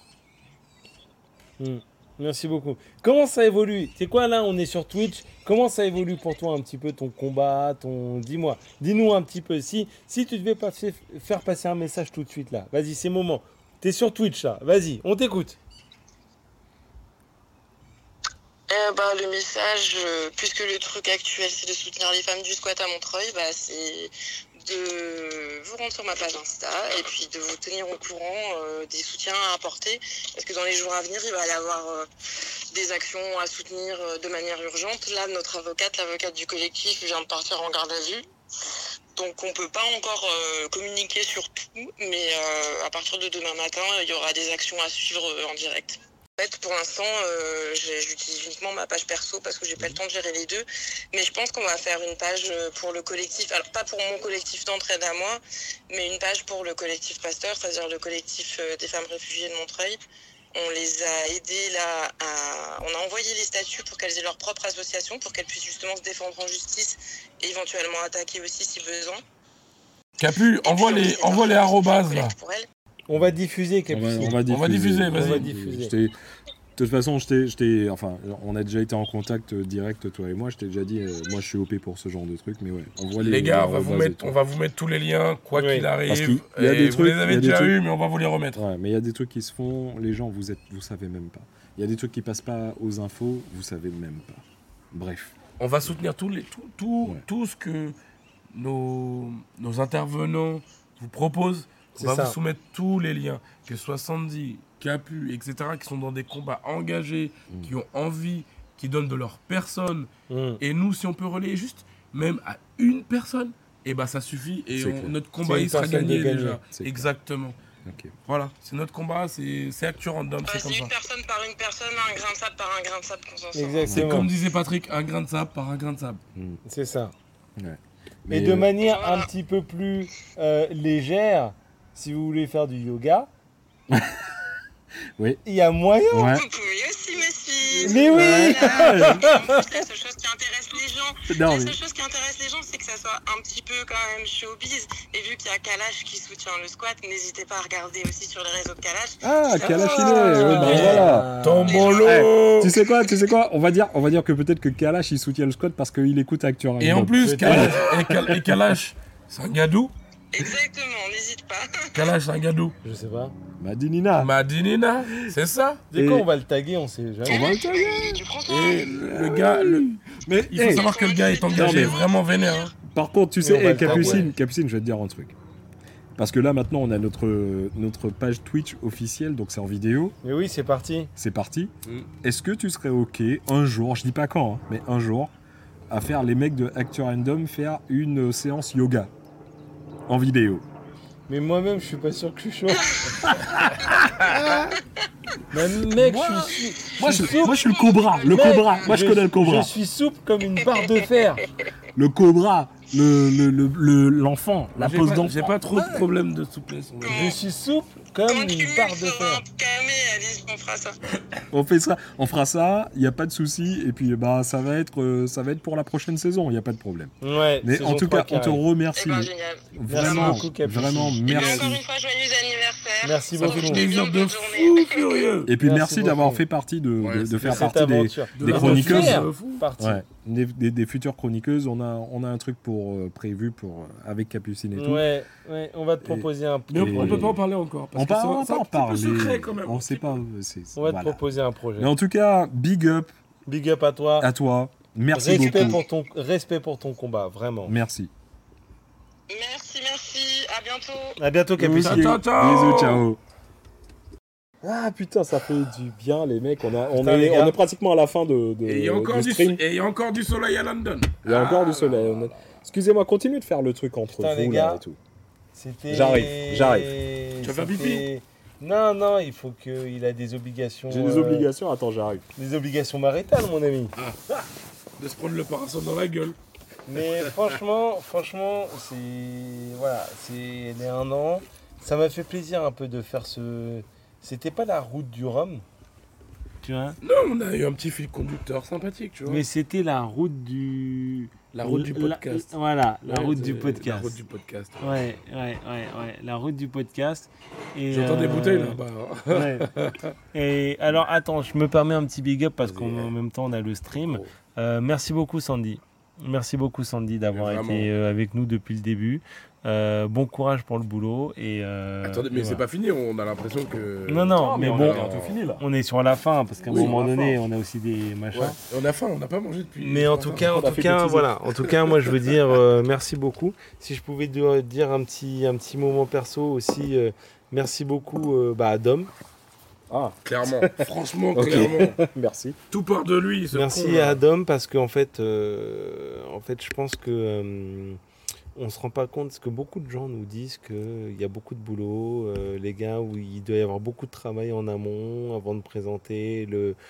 Speaker 2: Merci beaucoup. Comment ça évolue? C'est quoi là? On est sur Twitch. Comment ça évolue pour toi un petit peu ton combat, dis-moi, dis-nous un petit peu. Si tu devais faire passer un message tout de suite là, vas-y, c'est le moment. T'es sur Twitch là, vas-y, on t'écoute.
Speaker 7: Le message, puisque le truc actuel c'est de soutenir les femmes du squat à Montreuil, c'est de vous rendre sur ma page Insta et puis de vous tenir au courant des soutiens à apporter, parce que dans les jours à venir il va y avoir des actions à soutenir de manière urgente. Là, notre l'avocate du collectif vient de partir en garde à vue, donc on peut pas encore communiquer sur tout, mais à partir de demain matin il y aura des actions à suivre en direct. En fait, pour l'instant, j'utilise uniquement ma page perso parce que j'ai pas le temps de gérer les deux. Mais je pense qu'on va faire une page pour le collectif. Alors, pas pour mon collectif d'entraide à moi, mais une page pour le collectif Pasteur, c'est-à-dire le collectif des femmes réfugiées de Montreuil. On les a aidées là on a envoyé les statuts pour qu'elles aient leur propre association, pour qu'elles puissent justement se défendre en justice et éventuellement attaquer aussi si besoin.
Speaker 4: Capu, envoie les arrobas là.
Speaker 7: Pour elles.
Speaker 2: On va diffuser, Capucine.
Speaker 3: On va
Speaker 4: diffuser,
Speaker 2: On
Speaker 4: vas-y.
Speaker 2: va diffuser.
Speaker 3: De toute façon, enfin, on a déjà été en contact direct, toi et moi. Je t'ai déjà dit, moi je suis OP pour ce genre de truc, mais ouais, on voit
Speaker 4: Les gars, on va
Speaker 3: arrobas
Speaker 4: vous mettre tous les liens, quoi
Speaker 2: Oui.
Speaker 4: qu'il arrive.
Speaker 3: Parce qu'il y a
Speaker 4: Et
Speaker 3: des
Speaker 4: vous
Speaker 3: trucs-
Speaker 4: les
Speaker 3: il y
Speaker 4: avez
Speaker 3: a des
Speaker 4: déjà
Speaker 3: trucs-
Speaker 4: eus, mais on va vous les remettre.
Speaker 3: Ouais, mais il y a des trucs qui se font, les gens, vous savez même pas. Il y a des trucs qui passent pas aux infos, vous savez même pas. Bref.
Speaker 4: On va soutenir tout ce que nos intervenants vous proposent. On
Speaker 2: C'est
Speaker 4: va
Speaker 2: ça.
Speaker 4: vous soumettre tous les liens, que ce soit Sandy, Capu, etc., qui sont dans des combats engagés, qui ont envie, qui donnent de leur personne. Et nous, si on peut relayer juste même à une personne, et ça suffit. Et
Speaker 3: C'est clair.
Speaker 4: notre combat,
Speaker 2: C'est
Speaker 4: il
Speaker 2: une
Speaker 4: sera
Speaker 2: personne
Speaker 4: gagné
Speaker 2: de gagner.
Speaker 4: déjà.
Speaker 3: C'est clair.
Speaker 4: Exactement.
Speaker 3: Ok.
Speaker 4: Voilà, c'est notre combat, c'est Actu Random, c'est comme
Speaker 7: C'est
Speaker 4: ça.
Speaker 7: une personne par une personne, un grain de sable par un grain de sable qu'on s'en sort.
Speaker 4: C'est
Speaker 2: Exactement.
Speaker 4: comme disait Patrick, un grain de sable par un grain de sable.
Speaker 2: C'est ça.
Speaker 3: Ouais.
Speaker 2: Et
Speaker 3: Mais,
Speaker 2: de manière
Speaker 7: voilà.
Speaker 2: un petit peu plus légère, si vous voulez faire du yoga,
Speaker 3: Oui.
Speaker 2: il y a moyen.
Speaker 3: Ouais.
Speaker 7: Vous pouvez aussi me suivre.
Speaker 2: Mais oui.
Speaker 7: Voilà. En plus, la seule chose qui intéresse les gens,
Speaker 3: Non,
Speaker 7: la
Speaker 3: mais-
Speaker 7: seule chose qui intéresse les gens, c'est que ça soit un petit peu quand même showbiz. Et vu qu'il y a Kalash qui soutient le squat, n'hésitez pas à regarder aussi sur les réseaux de Kalash.
Speaker 3: Ah,
Speaker 7: Ça
Speaker 3: Kalachiné,
Speaker 7: va.
Speaker 3: ouais, bah voilà.
Speaker 4: Tombolo.
Speaker 3: Tu sais quoi on va dire que peut-être que Kalash il soutient le squat parce qu'il écoute Actu Random.
Speaker 4: Et en plus,
Speaker 2: Peut-être.
Speaker 4: et Kalash, c'est un gadou.
Speaker 7: Exactement, n'hésite pas.
Speaker 4: Kalash, c'est un gadou.
Speaker 2: Je sais pas.
Speaker 3: Madinina.
Speaker 4: Madinina, c'est ça.
Speaker 2: Dès quand
Speaker 3: Et-
Speaker 2: on va le taguer, on sait jamais.
Speaker 3: On va le taguer.
Speaker 7: Tu prends soin.
Speaker 4: Et le gars,
Speaker 3: Mais
Speaker 4: il faut
Speaker 3: hey,
Speaker 4: savoir que le gars est engagé,
Speaker 3: mais-
Speaker 4: vraiment vénère. hein.
Speaker 3: par contre, tu
Speaker 2: on
Speaker 3: sais,
Speaker 2: va le
Speaker 3: Capucine, Capucine, je vais te dire un truc. Parce que là maintenant on a notre page Twitch officielle, donc c'est en vidéo,
Speaker 2: Mais oui, c'est parti.
Speaker 3: c'est parti.
Speaker 4: Mm.
Speaker 3: Est-ce que tu serais ok un jour, je dis pas quand, hein, mais un jour, à faire les mecs de Actu Random faire une séance yoga en vidéo?
Speaker 2: Mais moi-même, je suis pas sûr que je suis chaud. Mais mec, je suis
Speaker 3: Moi je
Speaker 2: souple.
Speaker 3: suis le cobra, le
Speaker 2: Mec,
Speaker 3: cobra. Moi je connais le cobra.
Speaker 2: Je suis souple comme une barre de fer.
Speaker 3: Le cobra, l'enfant, la
Speaker 4: J'ai
Speaker 3: pose
Speaker 4: pas-
Speaker 3: d'enfant.
Speaker 4: J'ai pas trop de problème de souplesse. on va dire.
Speaker 2: Je suis souple comme
Speaker 7: Quand tu
Speaker 2: une barre de
Speaker 7: feras
Speaker 2: fer.
Speaker 7: un camé, Alice, on fera ça.
Speaker 3: On fera ça, il n'y a pas de souci, et puis ça va être pour la prochaine saison, il n'y a pas de problème.
Speaker 2: Ouais.
Speaker 3: Mais
Speaker 2: saison
Speaker 3: en tout
Speaker 2: 3
Speaker 3: cas, on te
Speaker 2: qui arrive.
Speaker 3: remercie.
Speaker 7: Eh ben, génial.
Speaker 3: Vraiment,
Speaker 2: beaucoup, Capucine.
Speaker 3: vraiment
Speaker 7: Et bien,
Speaker 3: merci.
Speaker 7: encore une fois, joyeux anniversaire.
Speaker 2: Merci
Speaker 4: Ça
Speaker 2: beaucoup.
Speaker 4: fait plaisir de
Speaker 7: Bonne
Speaker 4: fou
Speaker 7: journée.
Speaker 4: furieux.
Speaker 3: Et puis
Speaker 2: Merci
Speaker 3: merci d'avoir
Speaker 2: beaucoup.
Speaker 3: fait partie de
Speaker 4: Ouais,
Speaker 3: faire
Speaker 2: Cette
Speaker 3: partie des,
Speaker 2: aventure.
Speaker 3: des chroniqueuses.
Speaker 2: Faire
Speaker 4: De fou.
Speaker 2: partie.
Speaker 3: Ouais, des futures chroniqueuses. On a un truc prévu avec Capucine et tout.
Speaker 2: Ouais, on va te proposer un
Speaker 4: Mais on
Speaker 3: Et-
Speaker 4: peut pas en parler encore. Parce
Speaker 3: On
Speaker 4: que
Speaker 3: va
Speaker 4: c'est
Speaker 3: pas
Speaker 4: un
Speaker 3: en
Speaker 4: petit peu
Speaker 3: parler.
Speaker 4: secret quand même.
Speaker 3: On sait pas.
Speaker 2: On va te
Speaker 3: voilà.
Speaker 2: proposer un projet.
Speaker 3: Mais en tout cas, big up
Speaker 2: Big up à toi.
Speaker 3: à toi. Merci beaucoup.
Speaker 2: Respect pour ton combat, vraiment.
Speaker 3: Merci.
Speaker 7: Merci. À bientôt.
Speaker 2: À bientôt, Capucine.
Speaker 4: Ciao, ciao.
Speaker 3: Bisous, ciao. Ah putain, ça fait du bien, les mecs. On
Speaker 2: Putain, les gars.
Speaker 3: est pratiquement à la fin
Speaker 4: Et il y a encore
Speaker 3: du stream.
Speaker 4: et il y a encore du soleil à London.
Speaker 3: Il y a encore
Speaker 4: Ah,
Speaker 3: du soleil.
Speaker 4: là, là.
Speaker 3: Excusez-moi, continuez de faire le truc entre
Speaker 2: Putain, les
Speaker 3: vous
Speaker 2: gars.
Speaker 3: là et tout.
Speaker 2: C'était...
Speaker 3: J'arrive.
Speaker 4: Tu vas faire pipi?
Speaker 2: Non, il faut qu'il a des obligations.
Speaker 3: J'ai des obligations. Attends, j'arrive.
Speaker 2: Des obligations maritales, mon ami.
Speaker 4: De se prendre le parasol dans la gueule.
Speaker 2: Mais franchement, c'est... Voilà, c'est les 1 an. Ça m'a fait plaisir un peu de faire ce... C'était pas la route du Rhum, tu vois.
Speaker 4: Non, on a eu un petit fil conducteur sympathique, tu vois.
Speaker 2: Mais c'était la route du...
Speaker 4: La route du podcast.
Speaker 2: Voilà, la
Speaker 4: Ouais,
Speaker 2: route
Speaker 4: c'est
Speaker 2: du podcast.
Speaker 4: La route du podcast.
Speaker 2: Ouais, la route du podcast. Et,
Speaker 4: J'entends des bouteilles là-bas.
Speaker 2: Ouais. Et alors, attends, je me permets un petit big up parce
Speaker 4: Vas-y.
Speaker 2: qu'en même temps, on a le stream.
Speaker 4: Oh.
Speaker 2: Merci beaucoup, Sandy. Merci beaucoup, Sandy, d'avoir
Speaker 4: Mais
Speaker 2: été avec nous depuis le début. Bon courage pour le boulot. Et,
Speaker 4: Attendez, mais
Speaker 2: et
Speaker 4: c'est
Speaker 2: voilà.
Speaker 4: pas fini, on a l'impression que.
Speaker 2: Non, mais
Speaker 3: on
Speaker 2: bon,
Speaker 3: a bientôt fini là.
Speaker 2: on est sur la fin parce qu'à un
Speaker 4: Oui,
Speaker 2: moment
Speaker 3: sur la
Speaker 2: donné,
Speaker 3: fin.
Speaker 2: on a aussi des machins.
Speaker 4: Ouais. On a faim, on n'a pas mangé depuis.
Speaker 2: Mais en tout cas,
Speaker 3: On a fait des teasers.
Speaker 2: voilà. En tout cas, moi, je veux dire merci beaucoup. Si je pouvais dire un petit moment perso aussi, merci beaucoup à Dom.
Speaker 3: Ah,
Speaker 4: Clairement, franchement,
Speaker 3: Ok.
Speaker 4: clairement.
Speaker 3: merci.
Speaker 4: Tout part de lui. ce
Speaker 2: Merci
Speaker 4: con, là.
Speaker 2: à Dom parce qu'en fait, je pense que on se rend pas compte parce que beaucoup de gens nous disent qu'il y a beaucoup de boulot, les gars, où il doit y avoir beaucoup de travail en amont avant de présenter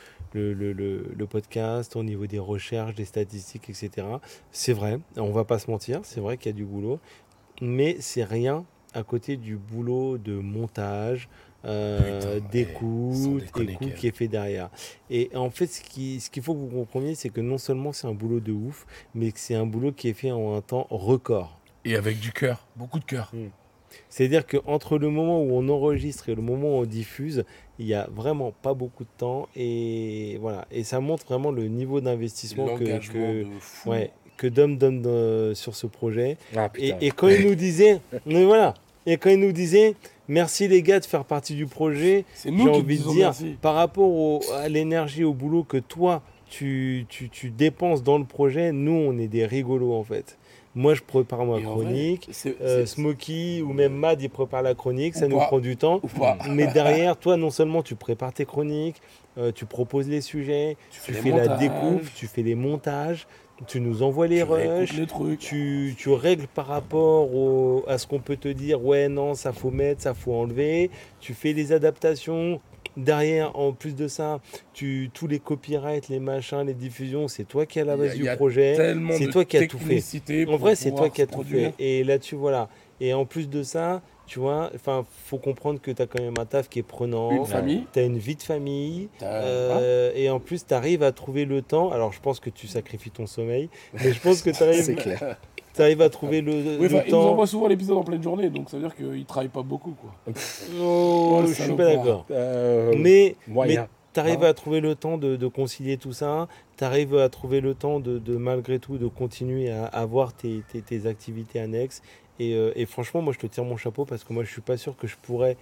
Speaker 2: le podcast au niveau des recherches, des statistiques, etc. C'est vrai, on va pas se mentir, c'est vrai qu'il y a du boulot, mais c'est rien à côté du boulot de montage,
Speaker 4: Putain,
Speaker 2: d'écoute,
Speaker 4: sans déconner,
Speaker 2: écoute
Speaker 4: Kev.
Speaker 2: qui est fait derrière. Et en fait, ce qu'il faut que vous compreniez, c'est que non seulement c'est un boulot de ouf, mais que c'est un boulot qui est fait en un temps record.
Speaker 4: Et avec du cœur, beaucoup de cœur.
Speaker 2: C'est-à-dire qu'entre le moment où on enregistre et le moment où on diffuse, il n'y a vraiment pas beaucoup de temps. Et voilà. Et ça montre vraiment le niveau d'investissement
Speaker 4: L'engagement de fou.
Speaker 2: que Dom donne sur ce projet.
Speaker 3: Ah putain.
Speaker 2: Et quand il nous disait, mais voilà, et quand il nous disait, merci les gars de faire partie du projet,
Speaker 4: C'est
Speaker 2: j'ai
Speaker 4: nous qui te
Speaker 2: envie de
Speaker 4: disons
Speaker 2: dire,
Speaker 4: merci.
Speaker 2: par rapport à l'énergie, au boulot que toi, tu dépenses dans le projet, nous, on est des rigolos en fait. Moi, je prépare ma
Speaker 4: Et en vrai,
Speaker 2: chronique.
Speaker 4: c'est-
Speaker 2: Smokey ou même Mad, il prépare la chronique, ça
Speaker 4: Ou
Speaker 2: nous
Speaker 4: pas.
Speaker 2: prend du temps.
Speaker 4: Ou pas.
Speaker 2: Mais derrière, toi, non seulement tu prépares tes chroniques, tu proposes les sujets, tu
Speaker 4: les
Speaker 2: fais la
Speaker 4: montages.
Speaker 2: découpe, tu fais les montages, tu nous envoies les
Speaker 4: Tu réécoutes
Speaker 2: rushs,
Speaker 4: les trucs.
Speaker 2: tu règles par rapport à ce qu'on peut te dire, ouais, non, ça faut mettre, ça faut enlever, tu fais les adaptations. Derrière, en plus de ça, tous les copyrights, les machins, les diffusions, c'est toi qui es à la base
Speaker 4: Il y
Speaker 2: du
Speaker 4: a
Speaker 2: projet.
Speaker 4: Tellement
Speaker 2: C'est
Speaker 4: de
Speaker 2: toi qui as tout fait.
Speaker 4: technicité
Speaker 2: En
Speaker 4: pour
Speaker 2: vrai, c'est
Speaker 4: pouvoir
Speaker 2: toi qui as
Speaker 4: se
Speaker 2: tout
Speaker 4: produire.
Speaker 2: fait. Et là-dessus, voilà. Et en plus de ça, tu vois, faut comprendre que tu as quand même un taf qui est prenant.
Speaker 4: Une famille.
Speaker 2: Tu as une vie de famille.
Speaker 4: T'as-
Speaker 2: Et en plus, tu arrives à trouver le temps. Alors, je pense que tu sacrifies ton sommeil. Mais je pense que tu
Speaker 3: C'est
Speaker 2: arrives,
Speaker 3: clair.
Speaker 2: à trouver le
Speaker 4: Oui, enfin, il nous
Speaker 2: temps.
Speaker 4: envoie souvent l'épisode en pleine journée, donc ça veut dire qu'il travaille pas beaucoup, quoi.
Speaker 2: Oh,
Speaker 4: Ouais,
Speaker 2: je suis
Speaker 4: salopard.
Speaker 2: pas d'accord.
Speaker 3: Mais
Speaker 2: Mais
Speaker 3: moyen.
Speaker 2: tu arrives à trouver le temps de concilier tout ça. Tu arrives à trouver le temps de malgré tout de continuer à avoir tes activités annexes. Et franchement, moi, je te tire mon chapeau parce que moi, je suis pas sûr que je pourrais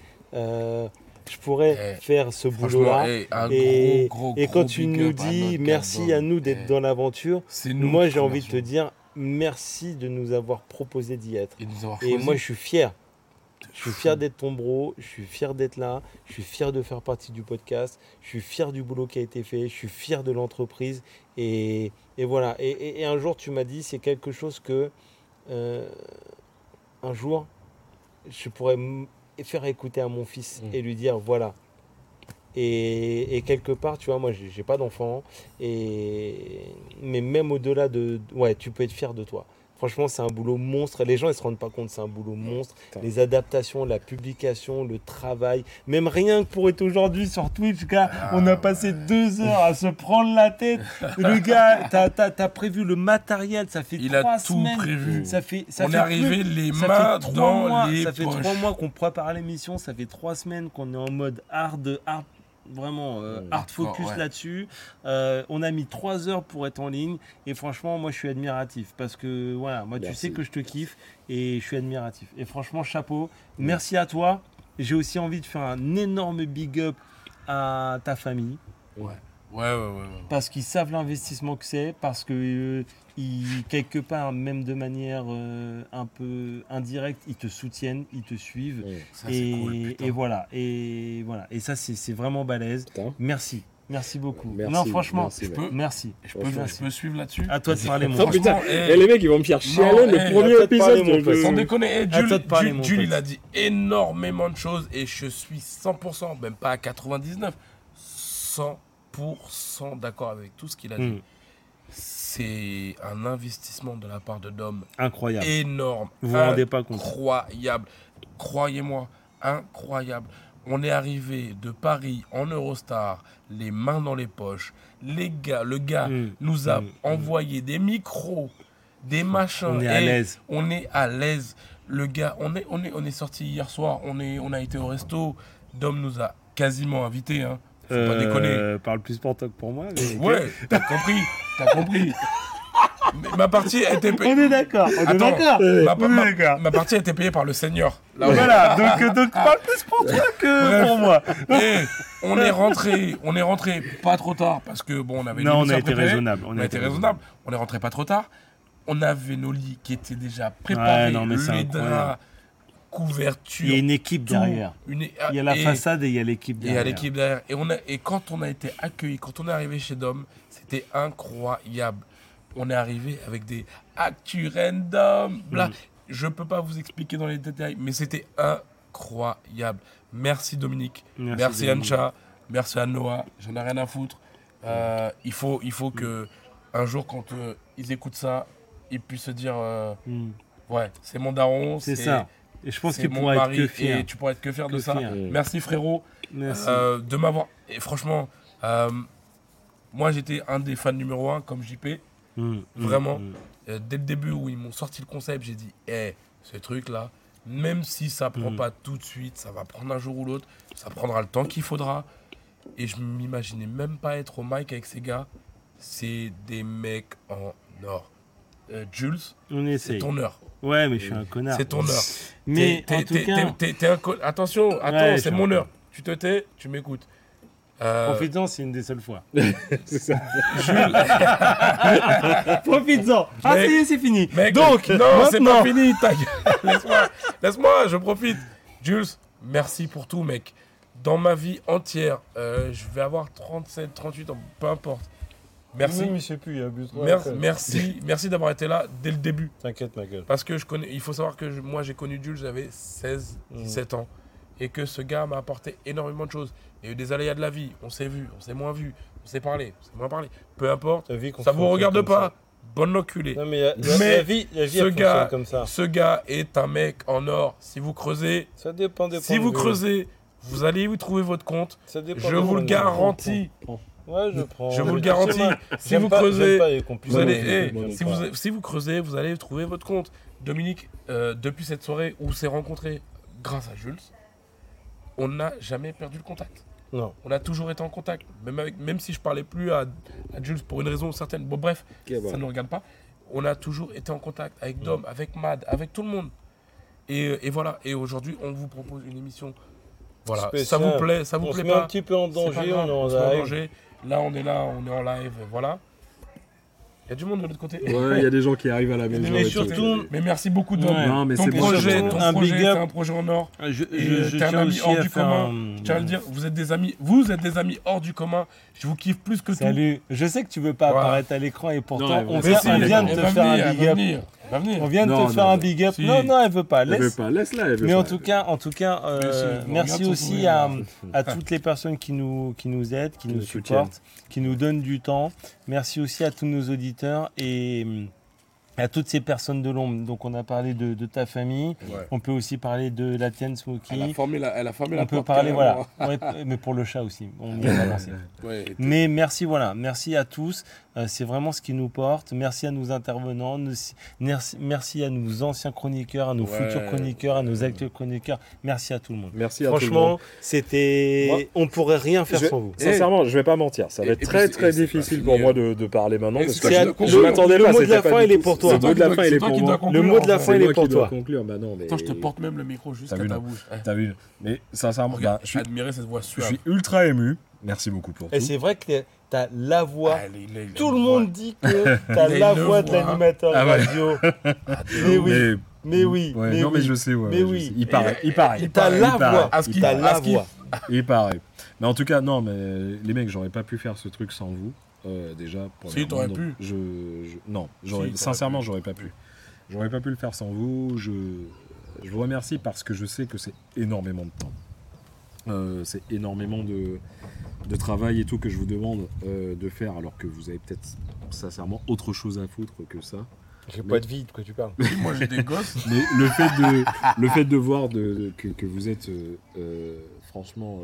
Speaker 2: faire ce boulot-là. Et quand tu nous dis merci à nous d'être dans l'aventure,
Speaker 4: C'est nous
Speaker 2: moi
Speaker 4: qui
Speaker 2: j'ai envie de te
Speaker 4: remercions.
Speaker 2: dire merci de nous avoir proposé d'y être.
Speaker 4: Et de nous avoir
Speaker 2: Et
Speaker 4: choisis.
Speaker 2: moi je suis fier. Je suis fier d'être ton bro, je suis fier d'être là, je suis fier de faire partie du podcast, je suis fier du boulot qui a été fait, je suis fier de l'entreprise. Et voilà. Et un jour tu m'as dit c'est quelque chose que un jour je pourrais faire écouter à mon fils et lui dire voilà. Et quelque part, tu vois, moi, j'ai pas d'enfant. Mais même au-delà de... Ouais, tu peux être fier de toi. Franchement, c'est un boulot monstre. Les gens, ils se rendent pas compte, c'est un boulot monstre.
Speaker 3: Putain.
Speaker 2: Les adaptations, la publication, le travail. Même rien que pour être aujourd'hui sur Twitch, gars, on a passé 2 heures à se prendre la tête. Le gars, t'as prévu le matériel, ça fait
Speaker 4: Il
Speaker 2: 3
Speaker 4: a tout
Speaker 2: semaines.
Speaker 4: prévu.
Speaker 2: Ça fait
Speaker 4: On est arrivé les mains dans les
Speaker 2: Ça fait
Speaker 4: poches.
Speaker 2: 3 mois qu'on prépare l'émission, ça fait 3 semaines qu'on est en mode hard vraiment hard focus
Speaker 4: ouais.
Speaker 2: là-dessus. On a mis 3 heures pour être en ligne et franchement, moi je suis admiratif parce que voilà, moi tu
Speaker 3: Merci.
Speaker 2: sais que je te kiffe et je suis admiratif. Et franchement, chapeau, merci à toi. J'ai aussi envie de faire un énorme big up à ta famille.
Speaker 4: Ouais.
Speaker 2: Parce qu'ils savent l'investissement que c'est, parce que quelque part, même de manière un peu indirecte, ils te soutiennent, ils te suivent.
Speaker 4: Ça, c'est cool, putain.
Speaker 2: Et voilà. Et ça, c'est vraiment balèze.
Speaker 3: Putain.
Speaker 2: Merci beaucoup.
Speaker 3: Merci,
Speaker 2: non, franchement,
Speaker 3: merci, mec.
Speaker 2: merci.
Speaker 4: Je peux suivre là-dessus.
Speaker 2: À toi de parler, mon
Speaker 3: Oh
Speaker 2: pote.
Speaker 3: putain,
Speaker 4: Franchement,
Speaker 3: et les mecs ils vont me faire chialer
Speaker 4: non,
Speaker 3: le
Speaker 4: à
Speaker 3: premier
Speaker 2: toi de parler,
Speaker 3: épisode.
Speaker 2: mon pote.
Speaker 4: Sans déconner,
Speaker 2: À toi de parler, mon
Speaker 4: Jules,
Speaker 2: pote.
Speaker 4: il a dit énormément de choses et je suis 100%, même pas à 99, 100% d'accord avec tout ce qu'il a dit. C'est un investissement de la part de Dom
Speaker 2: Incroyable.
Speaker 4: énorme.
Speaker 2: Vous vous rendez pas compte.
Speaker 4: Incroyable. Croyez-moi, incroyable. On est arrivé de Paris en Eurostar, les mains dans les poches. Le gars nous a envoyé des micros, des machins.
Speaker 2: On est à
Speaker 4: Et
Speaker 2: l'aise.
Speaker 4: On est à l'aise. Le gars, on est sorti hier soir, on a été au resto. Dom nous a quasiment invités. Hein. Faut pas déconner.
Speaker 2: Parle plus pour toi que pour moi. mais-
Speaker 4: Ouais, t'as compris. Mais ma partie a été payée.
Speaker 2: On est d'accord.
Speaker 4: Attends,
Speaker 2: d'accord.
Speaker 4: ma partie a été payée par le Seigneur. Là,
Speaker 2: Voilà, donc parle plus pour toi que
Speaker 4: Bref.
Speaker 2: pour moi.
Speaker 4: Et on est rentré pas trop tard parce que bon, on avait une
Speaker 2: Non, on
Speaker 4: émission
Speaker 2: a
Speaker 4: à
Speaker 2: été
Speaker 4: préparer.
Speaker 2: raisonnable.
Speaker 4: On a été raisonnable. On est rentré pas trop tard. On avait nos lits qui étaient déjà préparés,
Speaker 2: Ouais, non, mais c'est
Speaker 4: les
Speaker 2: incroyable.
Speaker 4: draps, couvertures.
Speaker 2: Il y a une équipe
Speaker 4: tout.
Speaker 2: derrière. Il y a la façade et il y a l'équipe
Speaker 4: Et il y
Speaker 2: derrière.
Speaker 4: a l'équipe derrière. Et quand on a été accueillis, quand on est arrivé chez Dom, c'était incroyable. On est arrivé avec des actus random. Bla. Je peux pas vous expliquer dans les détails, mais c'était incroyable. Merci Dominique. Merci
Speaker 2: Dominique.
Speaker 4: Ancha. Merci à Noah. J'en ai rien à foutre. Il faut que un jour, quand ils écoutent ça, ils puissent se dire ouais, c'est mon daron.
Speaker 2: C'est ça. Et je pense
Speaker 4: c'est
Speaker 2: qu'il
Speaker 4: mon
Speaker 2: pourra être
Speaker 4: mari
Speaker 2: que fier.
Speaker 4: et tu pourras être que fier de
Speaker 2: Que
Speaker 4: ça.
Speaker 2: fier.
Speaker 4: Merci frérot
Speaker 2: Merci.
Speaker 4: de m'avoir. Et franchement, moi j'étais un des fans numéro 1 comme JP. Vraiment. Dès le début où ils m'ont sorti le concept, j'ai dit ce truc là, même si ça prend pas tout de suite, ça va prendre un jour ou l'autre, ça prendra le temps qu'il faudra. Et je m'imaginais même pas être au mic avec ces gars. C'est des mecs en or. Jules,
Speaker 2: On
Speaker 4: c'est
Speaker 2: essaye.
Speaker 4: ton heure.
Speaker 2: Ouais, mais je suis un connard.
Speaker 4: C'est ton heure.
Speaker 2: Mais en tout cas,
Speaker 4: Attention,
Speaker 2: Ouais,
Speaker 4: c'est
Speaker 2: je
Speaker 4: mon
Speaker 2: suis
Speaker 4: heure. Tu te tais, tu m'écoutes.
Speaker 2: profites-en, c'est une des seules fois.
Speaker 3: C'est ça.
Speaker 4: Jules,
Speaker 2: Profites-en. Ah, ça y est, c'est fini.
Speaker 4: mec,
Speaker 2: Donc,
Speaker 4: non, c'est
Speaker 2: maintenant-
Speaker 4: pas fini. ta gueule. Laisse-moi, je profite. Jules, merci pour tout, mec. Dans ma vie entière, je vais avoir 37, 38 ans, peu importe. Merci.
Speaker 2: je sais plus, il y a plus
Speaker 4: Merci d'avoir été là dès le début.
Speaker 2: T'inquiète, ma gueule.
Speaker 4: Parce que il faut savoir que moi j'ai connu Jules, j'avais 16, 17 ans. Et que ce gars m'a apporté énormément de choses. Il y a eu des aléas de la vie, on s'est vu, on s'est moins vu, on s'est parlé, on s'est moins parlé. Peu importe, ça vous regarde pas. Bonne enculée.
Speaker 2: Non, mais
Speaker 4: Mais
Speaker 2: la vie
Speaker 4: ce
Speaker 2: elle
Speaker 4: gars,
Speaker 2: fonctionne comme ça.
Speaker 4: ce gars est un mec en or. Si vous creusez,
Speaker 2: Ça dépend des
Speaker 4: si vous creusez, vous allez y trouver votre compte.
Speaker 2: Ça dépend
Speaker 4: Je
Speaker 2: des
Speaker 4: vous le
Speaker 2: points de vue.
Speaker 4: garantis.
Speaker 2: Ouais, je prends.
Speaker 4: Je vous le
Speaker 2: Mais
Speaker 4: garantis.
Speaker 2: tu sais, moi,
Speaker 4: Si
Speaker 2: j'aime
Speaker 4: vous
Speaker 2: pas-
Speaker 4: creusez,
Speaker 2: j'aime pas les compliments.
Speaker 4: vous allez,
Speaker 3: non,
Speaker 4: si, si vous creusez, vous allez trouver votre compte. Dominique, depuis cette soirée où on s'est rencontrés grâce à Jules, on n'a jamais perdu le contact.
Speaker 2: Non.
Speaker 4: On a toujours été en contact. Même si je parlais plus à Jules pour une raison certaine. Bon, bref,
Speaker 3: Ok, bon.
Speaker 4: ça ne nous regarde pas. On a toujours été en contact avec Dom, avec Mad, avec tout le monde. Et voilà. Et aujourd'hui, on vous propose une émission. Voilà.
Speaker 2: Spécial.
Speaker 4: Ça vous plaît, ça vous
Speaker 2: On
Speaker 4: plaît
Speaker 2: se met
Speaker 4: pas.
Speaker 2: un petit peu en
Speaker 4: c'est pas
Speaker 2: danger,
Speaker 4: grave,
Speaker 2: on est en
Speaker 4: se met en
Speaker 2: live.
Speaker 4: danger. Là, on est en live. Voilà. Il y a du monde de l'autre côté.
Speaker 1: Ouais, il y a des gens qui arrivent à la maison.
Speaker 2: Mais
Speaker 1: et tout.
Speaker 2: surtout,
Speaker 4: Mais merci beaucoup, Dom.
Speaker 2: Ouais.
Speaker 1: Non, mais
Speaker 4: Ton
Speaker 1: c'est bon,
Speaker 4: projet,
Speaker 1: c'est bon.
Speaker 4: ton
Speaker 2: Un
Speaker 4: projet,
Speaker 2: big
Speaker 4: c'est
Speaker 2: up.
Speaker 4: un projet en or.
Speaker 2: Je
Speaker 4: t'es un
Speaker 2: tiens
Speaker 4: ami
Speaker 2: aussi
Speaker 4: hors
Speaker 2: à
Speaker 4: du
Speaker 2: faire
Speaker 4: commun.
Speaker 2: un-
Speaker 4: Je tiens à le dire, vous êtes des amis hors du commun. Je vous kiffe plus que tout.
Speaker 2: Salut. Je sais que tu veux pas
Speaker 4: Voilà.
Speaker 2: apparaître à l'écran et pourtant
Speaker 1: Non, elle
Speaker 2: on
Speaker 1: veut
Speaker 2: vient,
Speaker 4: Si,
Speaker 2: on vient de
Speaker 4: elle
Speaker 2: te
Speaker 4: va
Speaker 2: faire
Speaker 4: venir,
Speaker 2: un
Speaker 4: elle
Speaker 2: big
Speaker 4: va
Speaker 2: up.
Speaker 4: venir, elle va venir.
Speaker 2: On vient de
Speaker 1: Non,
Speaker 2: te faire
Speaker 1: non,
Speaker 2: un
Speaker 1: non.
Speaker 2: big up.
Speaker 4: Si.
Speaker 2: Non, elle veut pas.
Speaker 1: Elle veut
Speaker 2: Laisse.
Speaker 1: pas, laisse-la. Elle veut
Speaker 2: Mais
Speaker 1: pas.
Speaker 2: en tout cas,
Speaker 4: Mais si,
Speaker 2: merci
Speaker 4: regarde son
Speaker 2: aussi
Speaker 4: sourire.
Speaker 2: à toutes les personnes qui nous aident, qui nous
Speaker 3: nous soutiennent.
Speaker 2: supportent, qui nous donnent du temps. Merci aussi à tous nos auditeurs et à toutes ces personnes de l'ombre. Donc on a parlé de ta famille,
Speaker 4: Ouais.
Speaker 2: on peut aussi parler de la tienne, Smokey.
Speaker 4: Elle a formé la
Speaker 2: On peut
Speaker 4: porte
Speaker 2: parler,
Speaker 4: carrément.
Speaker 2: voilà. Ouais, mais pour le chat aussi, on y a avancé.
Speaker 4: Ouais, et
Speaker 2: Mais merci, voilà, merci à tous. C'est vraiment ce qui nous porte. Merci à nos intervenants, merci à nos anciens chroniqueurs, à nos
Speaker 4: Ouais.
Speaker 2: futurs chroniqueurs, à nos actuels chroniqueurs. Merci à tout le monde.
Speaker 3: Merci à tout le
Speaker 2: Franchement,
Speaker 3: monde.
Speaker 2: c'était.
Speaker 3: Moi,
Speaker 2: on pourrait rien faire
Speaker 3: Je-
Speaker 2: sans vous.
Speaker 3: Sincèrement, je vais pas mentir, ça va
Speaker 4: Et-
Speaker 3: être
Speaker 4: et
Speaker 3: très
Speaker 4: puis,
Speaker 3: très
Speaker 4: c'est pas
Speaker 3: difficile
Speaker 4: fini,
Speaker 3: pour moi
Speaker 4: hein.
Speaker 3: de parler maintenant
Speaker 4: Et
Speaker 3: parce
Speaker 4: c'est
Speaker 3: que
Speaker 4: toi qui dois
Speaker 3: je m'attendais
Speaker 2: le
Speaker 3: pas.
Speaker 2: mot de
Speaker 3: c'était
Speaker 2: la
Speaker 3: pas
Speaker 2: fin,
Speaker 3: du
Speaker 2: il est
Speaker 3: tout-
Speaker 2: pour toi.
Speaker 3: Le mot de la fin, il est
Speaker 4: C'est
Speaker 3: pour
Speaker 4: toi qui
Speaker 3: moi.
Speaker 4: dois conclure,
Speaker 2: Le mot de la
Speaker 4: en fait.
Speaker 2: fin, il
Speaker 3: C'est
Speaker 2: est
Speaker 3: moi
Speaker 2: pour
Speaker 3: qui dois
Speaker 2: toi.
Speaker 3: conclure. Bah non, mais
Speaker 4: Attends, je te porte même le micro jusqu'à
Speaker 3: vu,
Speaker 4: ta
Speaker 3: non
Speaker 4: bouche.
Speaker 3: t'as vu. Mais sincèrement, bah, je suis
Speaker 4: Admirer cette voix
Speaker 3: je
Speaker 4: suave.
Speaker 3: suis ultra ému. Merci beaucoup pour tout.
Speaker 2: Et c'est vrai que t'as la voix.
Speaker 4: Ah, il a
Speaker 2: Tout
Speaker 4: une
Speaker 2: le
Speaker 4: voix.
Speaker 2: monde dit que t'as
Speaker 4: Il a
Speaker 2: la
Speaker 4: une
Speaker 2: voix de
Speaker 4: voix.
Speaker 2: l'animateur
Speaker 3: Ah ouais.
Speaker 2: radio. Mais oui, mais oui,
Speaker 3: Ouais,
Speaker 2: mais
Speaker 3: non, mais
Speaker 2: oui.
Speaker 3: je sais, ouais.
Speaker 2: Mais
Speaker 3: je
Speaker 2: oui.
Speaker 3: sais. Il paraît.
Speaker 2: T'as la voix.
Speaker 4: Aski,
Speaker 2: T'as la
Speaker 4: Aski.
Speaker 2: voix.
Speaker 3: Il paraît. Mais en tout cas, non, mais les mecs, j'aurais pas pu faire ce truc sans vous. Déjà.
Speaker 4: Si, t'aurais
Speaker 3: donc,
Speaker 4: pu.
Speaker 3: Non,
Speaker 4: t'aurais
Speaker 3: sincèrement,
Speaker 4: pu.
Speaker 3: j'aurais pas pu. J'aurais pas pu le faire sans vous. Je vous remercie parce que je sais que c'est énormément de temps. C'est énormément de travail et tout que je vous demande de faire alors que vous avez peut-être sincèrement autre chose à foutre que ça.
Speaker 2: J'ai pas de vie, de quoi tu parles.
Speaker 4: Moi, j'ai des gosses.
Speaker 3: Mais le fait de voir que vous êtes franchement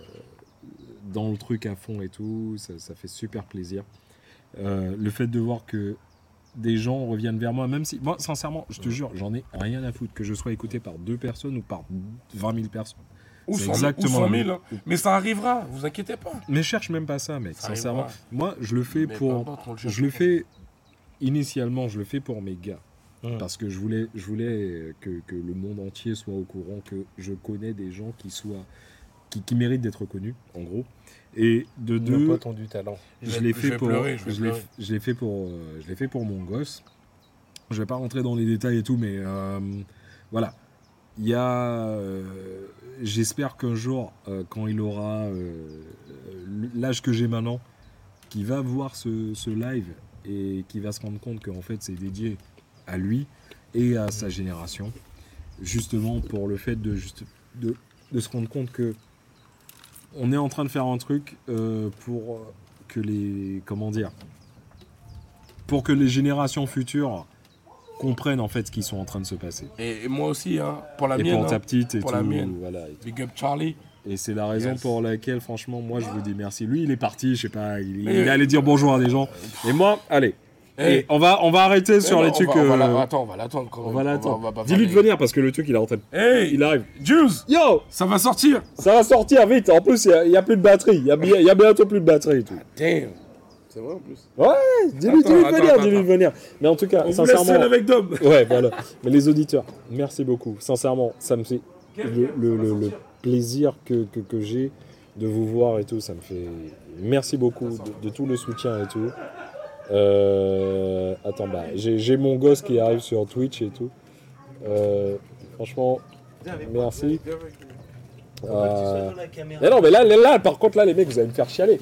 Speaker 3: dans le truc à fond et tout, ça fait super plaisir. Le fait de voir que des gens reviennent vers moi, même si, moi sincèrement, je te jure, j'en ai rien à foutre, que je sois écouté par 2 personnes ou par 20 000 personnes.
Speaker 4: Ou
Speaker 3: C'est
Speaker 4: 100
Speaker 3: exactement
Speaker 4: 000. Hein. Mais ça arrivera, vous inquiétez pas.
Speaker 3: Mais cherche même pas ça, mec,
Speaker 4: Ça
Speaker 3: sincèrement.
Speaker 4: arrivera.
Speaker 3: Moi, je le fais
Speaker 4: Mais
Speaker 3: pour...
Speaker 4: peu importe, on le cherche
Speaker 3: Je le
Speaker 4: pas.
Speaker 3: fais... Initialement, je le fais pour mes gars.
Speaker 2: Mmh.
Speaker 3: Parce que je voulais que le monde entier soit au courant que je connais des gens qui méritent d'être connus, en gros. Et de
Speaker 2: Ils n'ont
Speaker 3: deux,
Speaker 2: pas ton du talent.
Speaker 3: je l'ai fait pour,
Speaker 4: je
Speaker 3: je l'ai fait pour mon gosse. Je vais pas rentrer dans les détails et tout, mais voilà. Il y a, j'espère qu'un jour, quand il aura l'âge que j'ai maintenant, qui va voir ce live et qui va se rendre compte qu'en fait c'est dédié à lui et à sa génération, justement pour le fait de se rendre compte que on est en train de faire un truc pour que pour que les générations futures comprennent en fait ce qui sont en train de se passer.
Speaker 4: Et moi aussi, hein, pour la
Speaker 3: Et
Speaker 4: mienne.
Speaker 3: pour ta
Speaker 4: hein,
Speaker 3: petite et
Speaker 4: pour
Speaker 3: tout,
Speaker 4: la mienne.
Speaker 3: voilà.
Speaker 4: Big up Charlie.
Speaker 3: Et c'est la raison
Speaker 4: Yes.
Speaker 3: pour laquelle, franchement, moi, je vous dis merci. Lui, il est parti, je sais pas, il
Speaker 4: Mais-
Speaker 3: est allé dire bonjour à des gens. Et moi, allez,
Speaker 4: Hey.
Speaker 3: et on va arrêter sur
Speaker 4: Eh
Speaker 3: les
Speaker 4: non,
Speaker 3: trucs.
Speaker 4: on va l'attendre. quand
Speaker 3: on
Speaker 4: même.
Speaker 3: va
Speaker 4: on
Speaker 3: l'attendre.
Speaker 4: va
Speaker 3: Dis-lui de
Speaker 4: faire
Speaker 3: venir parce que le truc, il est en train de...
Speaker 4: des- Hey,
Speaker 3: Il arrive.
Speaker 4: Juice,
Speaker 3: Yo,
Speaker 4: ça va sortir.
Speaker 3: ça va sortir vite. En plus, il y a plus de batterie. Il y a bientôt plus de batterie et tout.
Speaker 4: Damn. C'est vrai en plus.
Speaker 3: Dis-lui de venir,
Speaker 4: attends.
Speaker 3: dis-lui de venir. Mais en tout cas,
Speaker 4: On vous laisse seul
Speaker 3: sincèrement...
Speaker 4: avec Dom.
Speaker 3: Ouais, voilà. Mais les auditeurs, merci beaucoup. Sincèrement, ça me fait le plaisir que j'ai de vous voir et tout. Ça me fait... Merci beaucoup de tout le soutien et tout. Attends, bah, j'ai mon gosse qui arrive sur Twitch et tout. Franchement, merci. Mais non, mais là, par contre, là, les mecs, vous allez me faire chialer.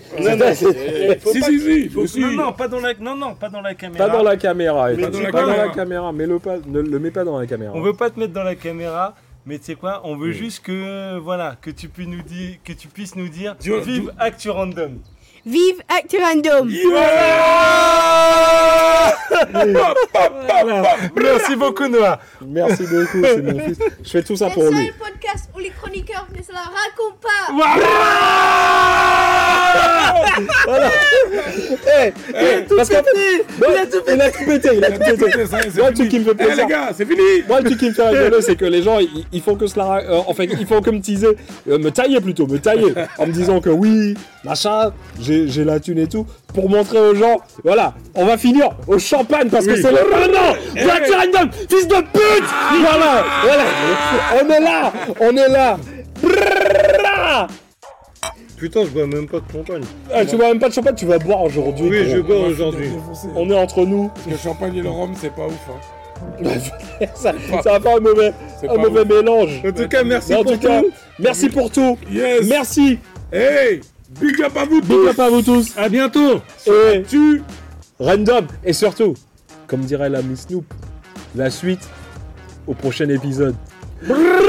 Speaker 4: Si.
Speaker 2: Non, pas dans la caméra.
Speaker 3: Pas dans la caméra.
Speaker 2: Mais
Speaker 3: Pas
Speaker 2: tu sais
Speaker 3: dans
Speaker 2: quoi,
Speaker 3: la caméra. Mets-le pas, ne le mets pas dans la caméra.
Speaker 2: On veut pas te mettre dans la caméra, mais tu sais quoi, on veut juste que voilà, que tu puisses nous dire vive Actu Random.
Speaker 8: Vive Actu Random.
Speaker 2: Voilà. Merci beaucoup Noah.
Speaker 3: Merci beaucoup, c'est mon fils. Je fais tout ça pour
Speaker 8: Le
Speaker 3: lui.
Speaker 8: seul podcast où les chroniqueurs ne se la racontent pas.
Speaker 3: Parce qu'en fait, il a tout pété. Moi, le truc qui me fait
Speaker 4: Eh
Speaker 3: plaisir.
Speaker 4: les gars, c'est fini.
Speaker 3: Moi, le truc qui me fait rigoler, c'est que les gens, ils font que cela. Enfin, ils font que me teaser, me tailler, en me disant que oui, machin, j'ai la thune et tout, pour montrer aux gens, voilà, on va finir au champagne parce que c'est le maintenant de Actu Random, fils de pute. Voilà, on est là. Brrrra.
Speaker 9: Putain, je bois même pas de champagne.
Speaker 3: Ah, tu bois même pas de champagne, tu vas boire aujourd'hui.
Speaker 9: Oui,
Speaker 3: gros.
Speaker 9: je bois aujourd'hui.
Speaker 3: On est entre nous.
Speaker 4: Le champagne et le rhum, c'est pas ouf. Hein.
Speaker 3: ça va pas un mauvais mélange.
Speaker 9: En tout cas, merci
Speaker 3: Mais en
Speaker 9: pour
Speaker 3: tout cas,
Speaker 9: tout.
Speaker 3: merci pour tout.
Speaker 4: Yes.
Speaker 3: Merci.
Speaker 4: Hey, big up à vous.
Speaker 3: Big up à vous tous.
Speaker 9: À bientôt.
Speaker 3: Et tu random. Et surtout, comme dirait la Miss Snoop, la suite au prochain épisode. Brrr.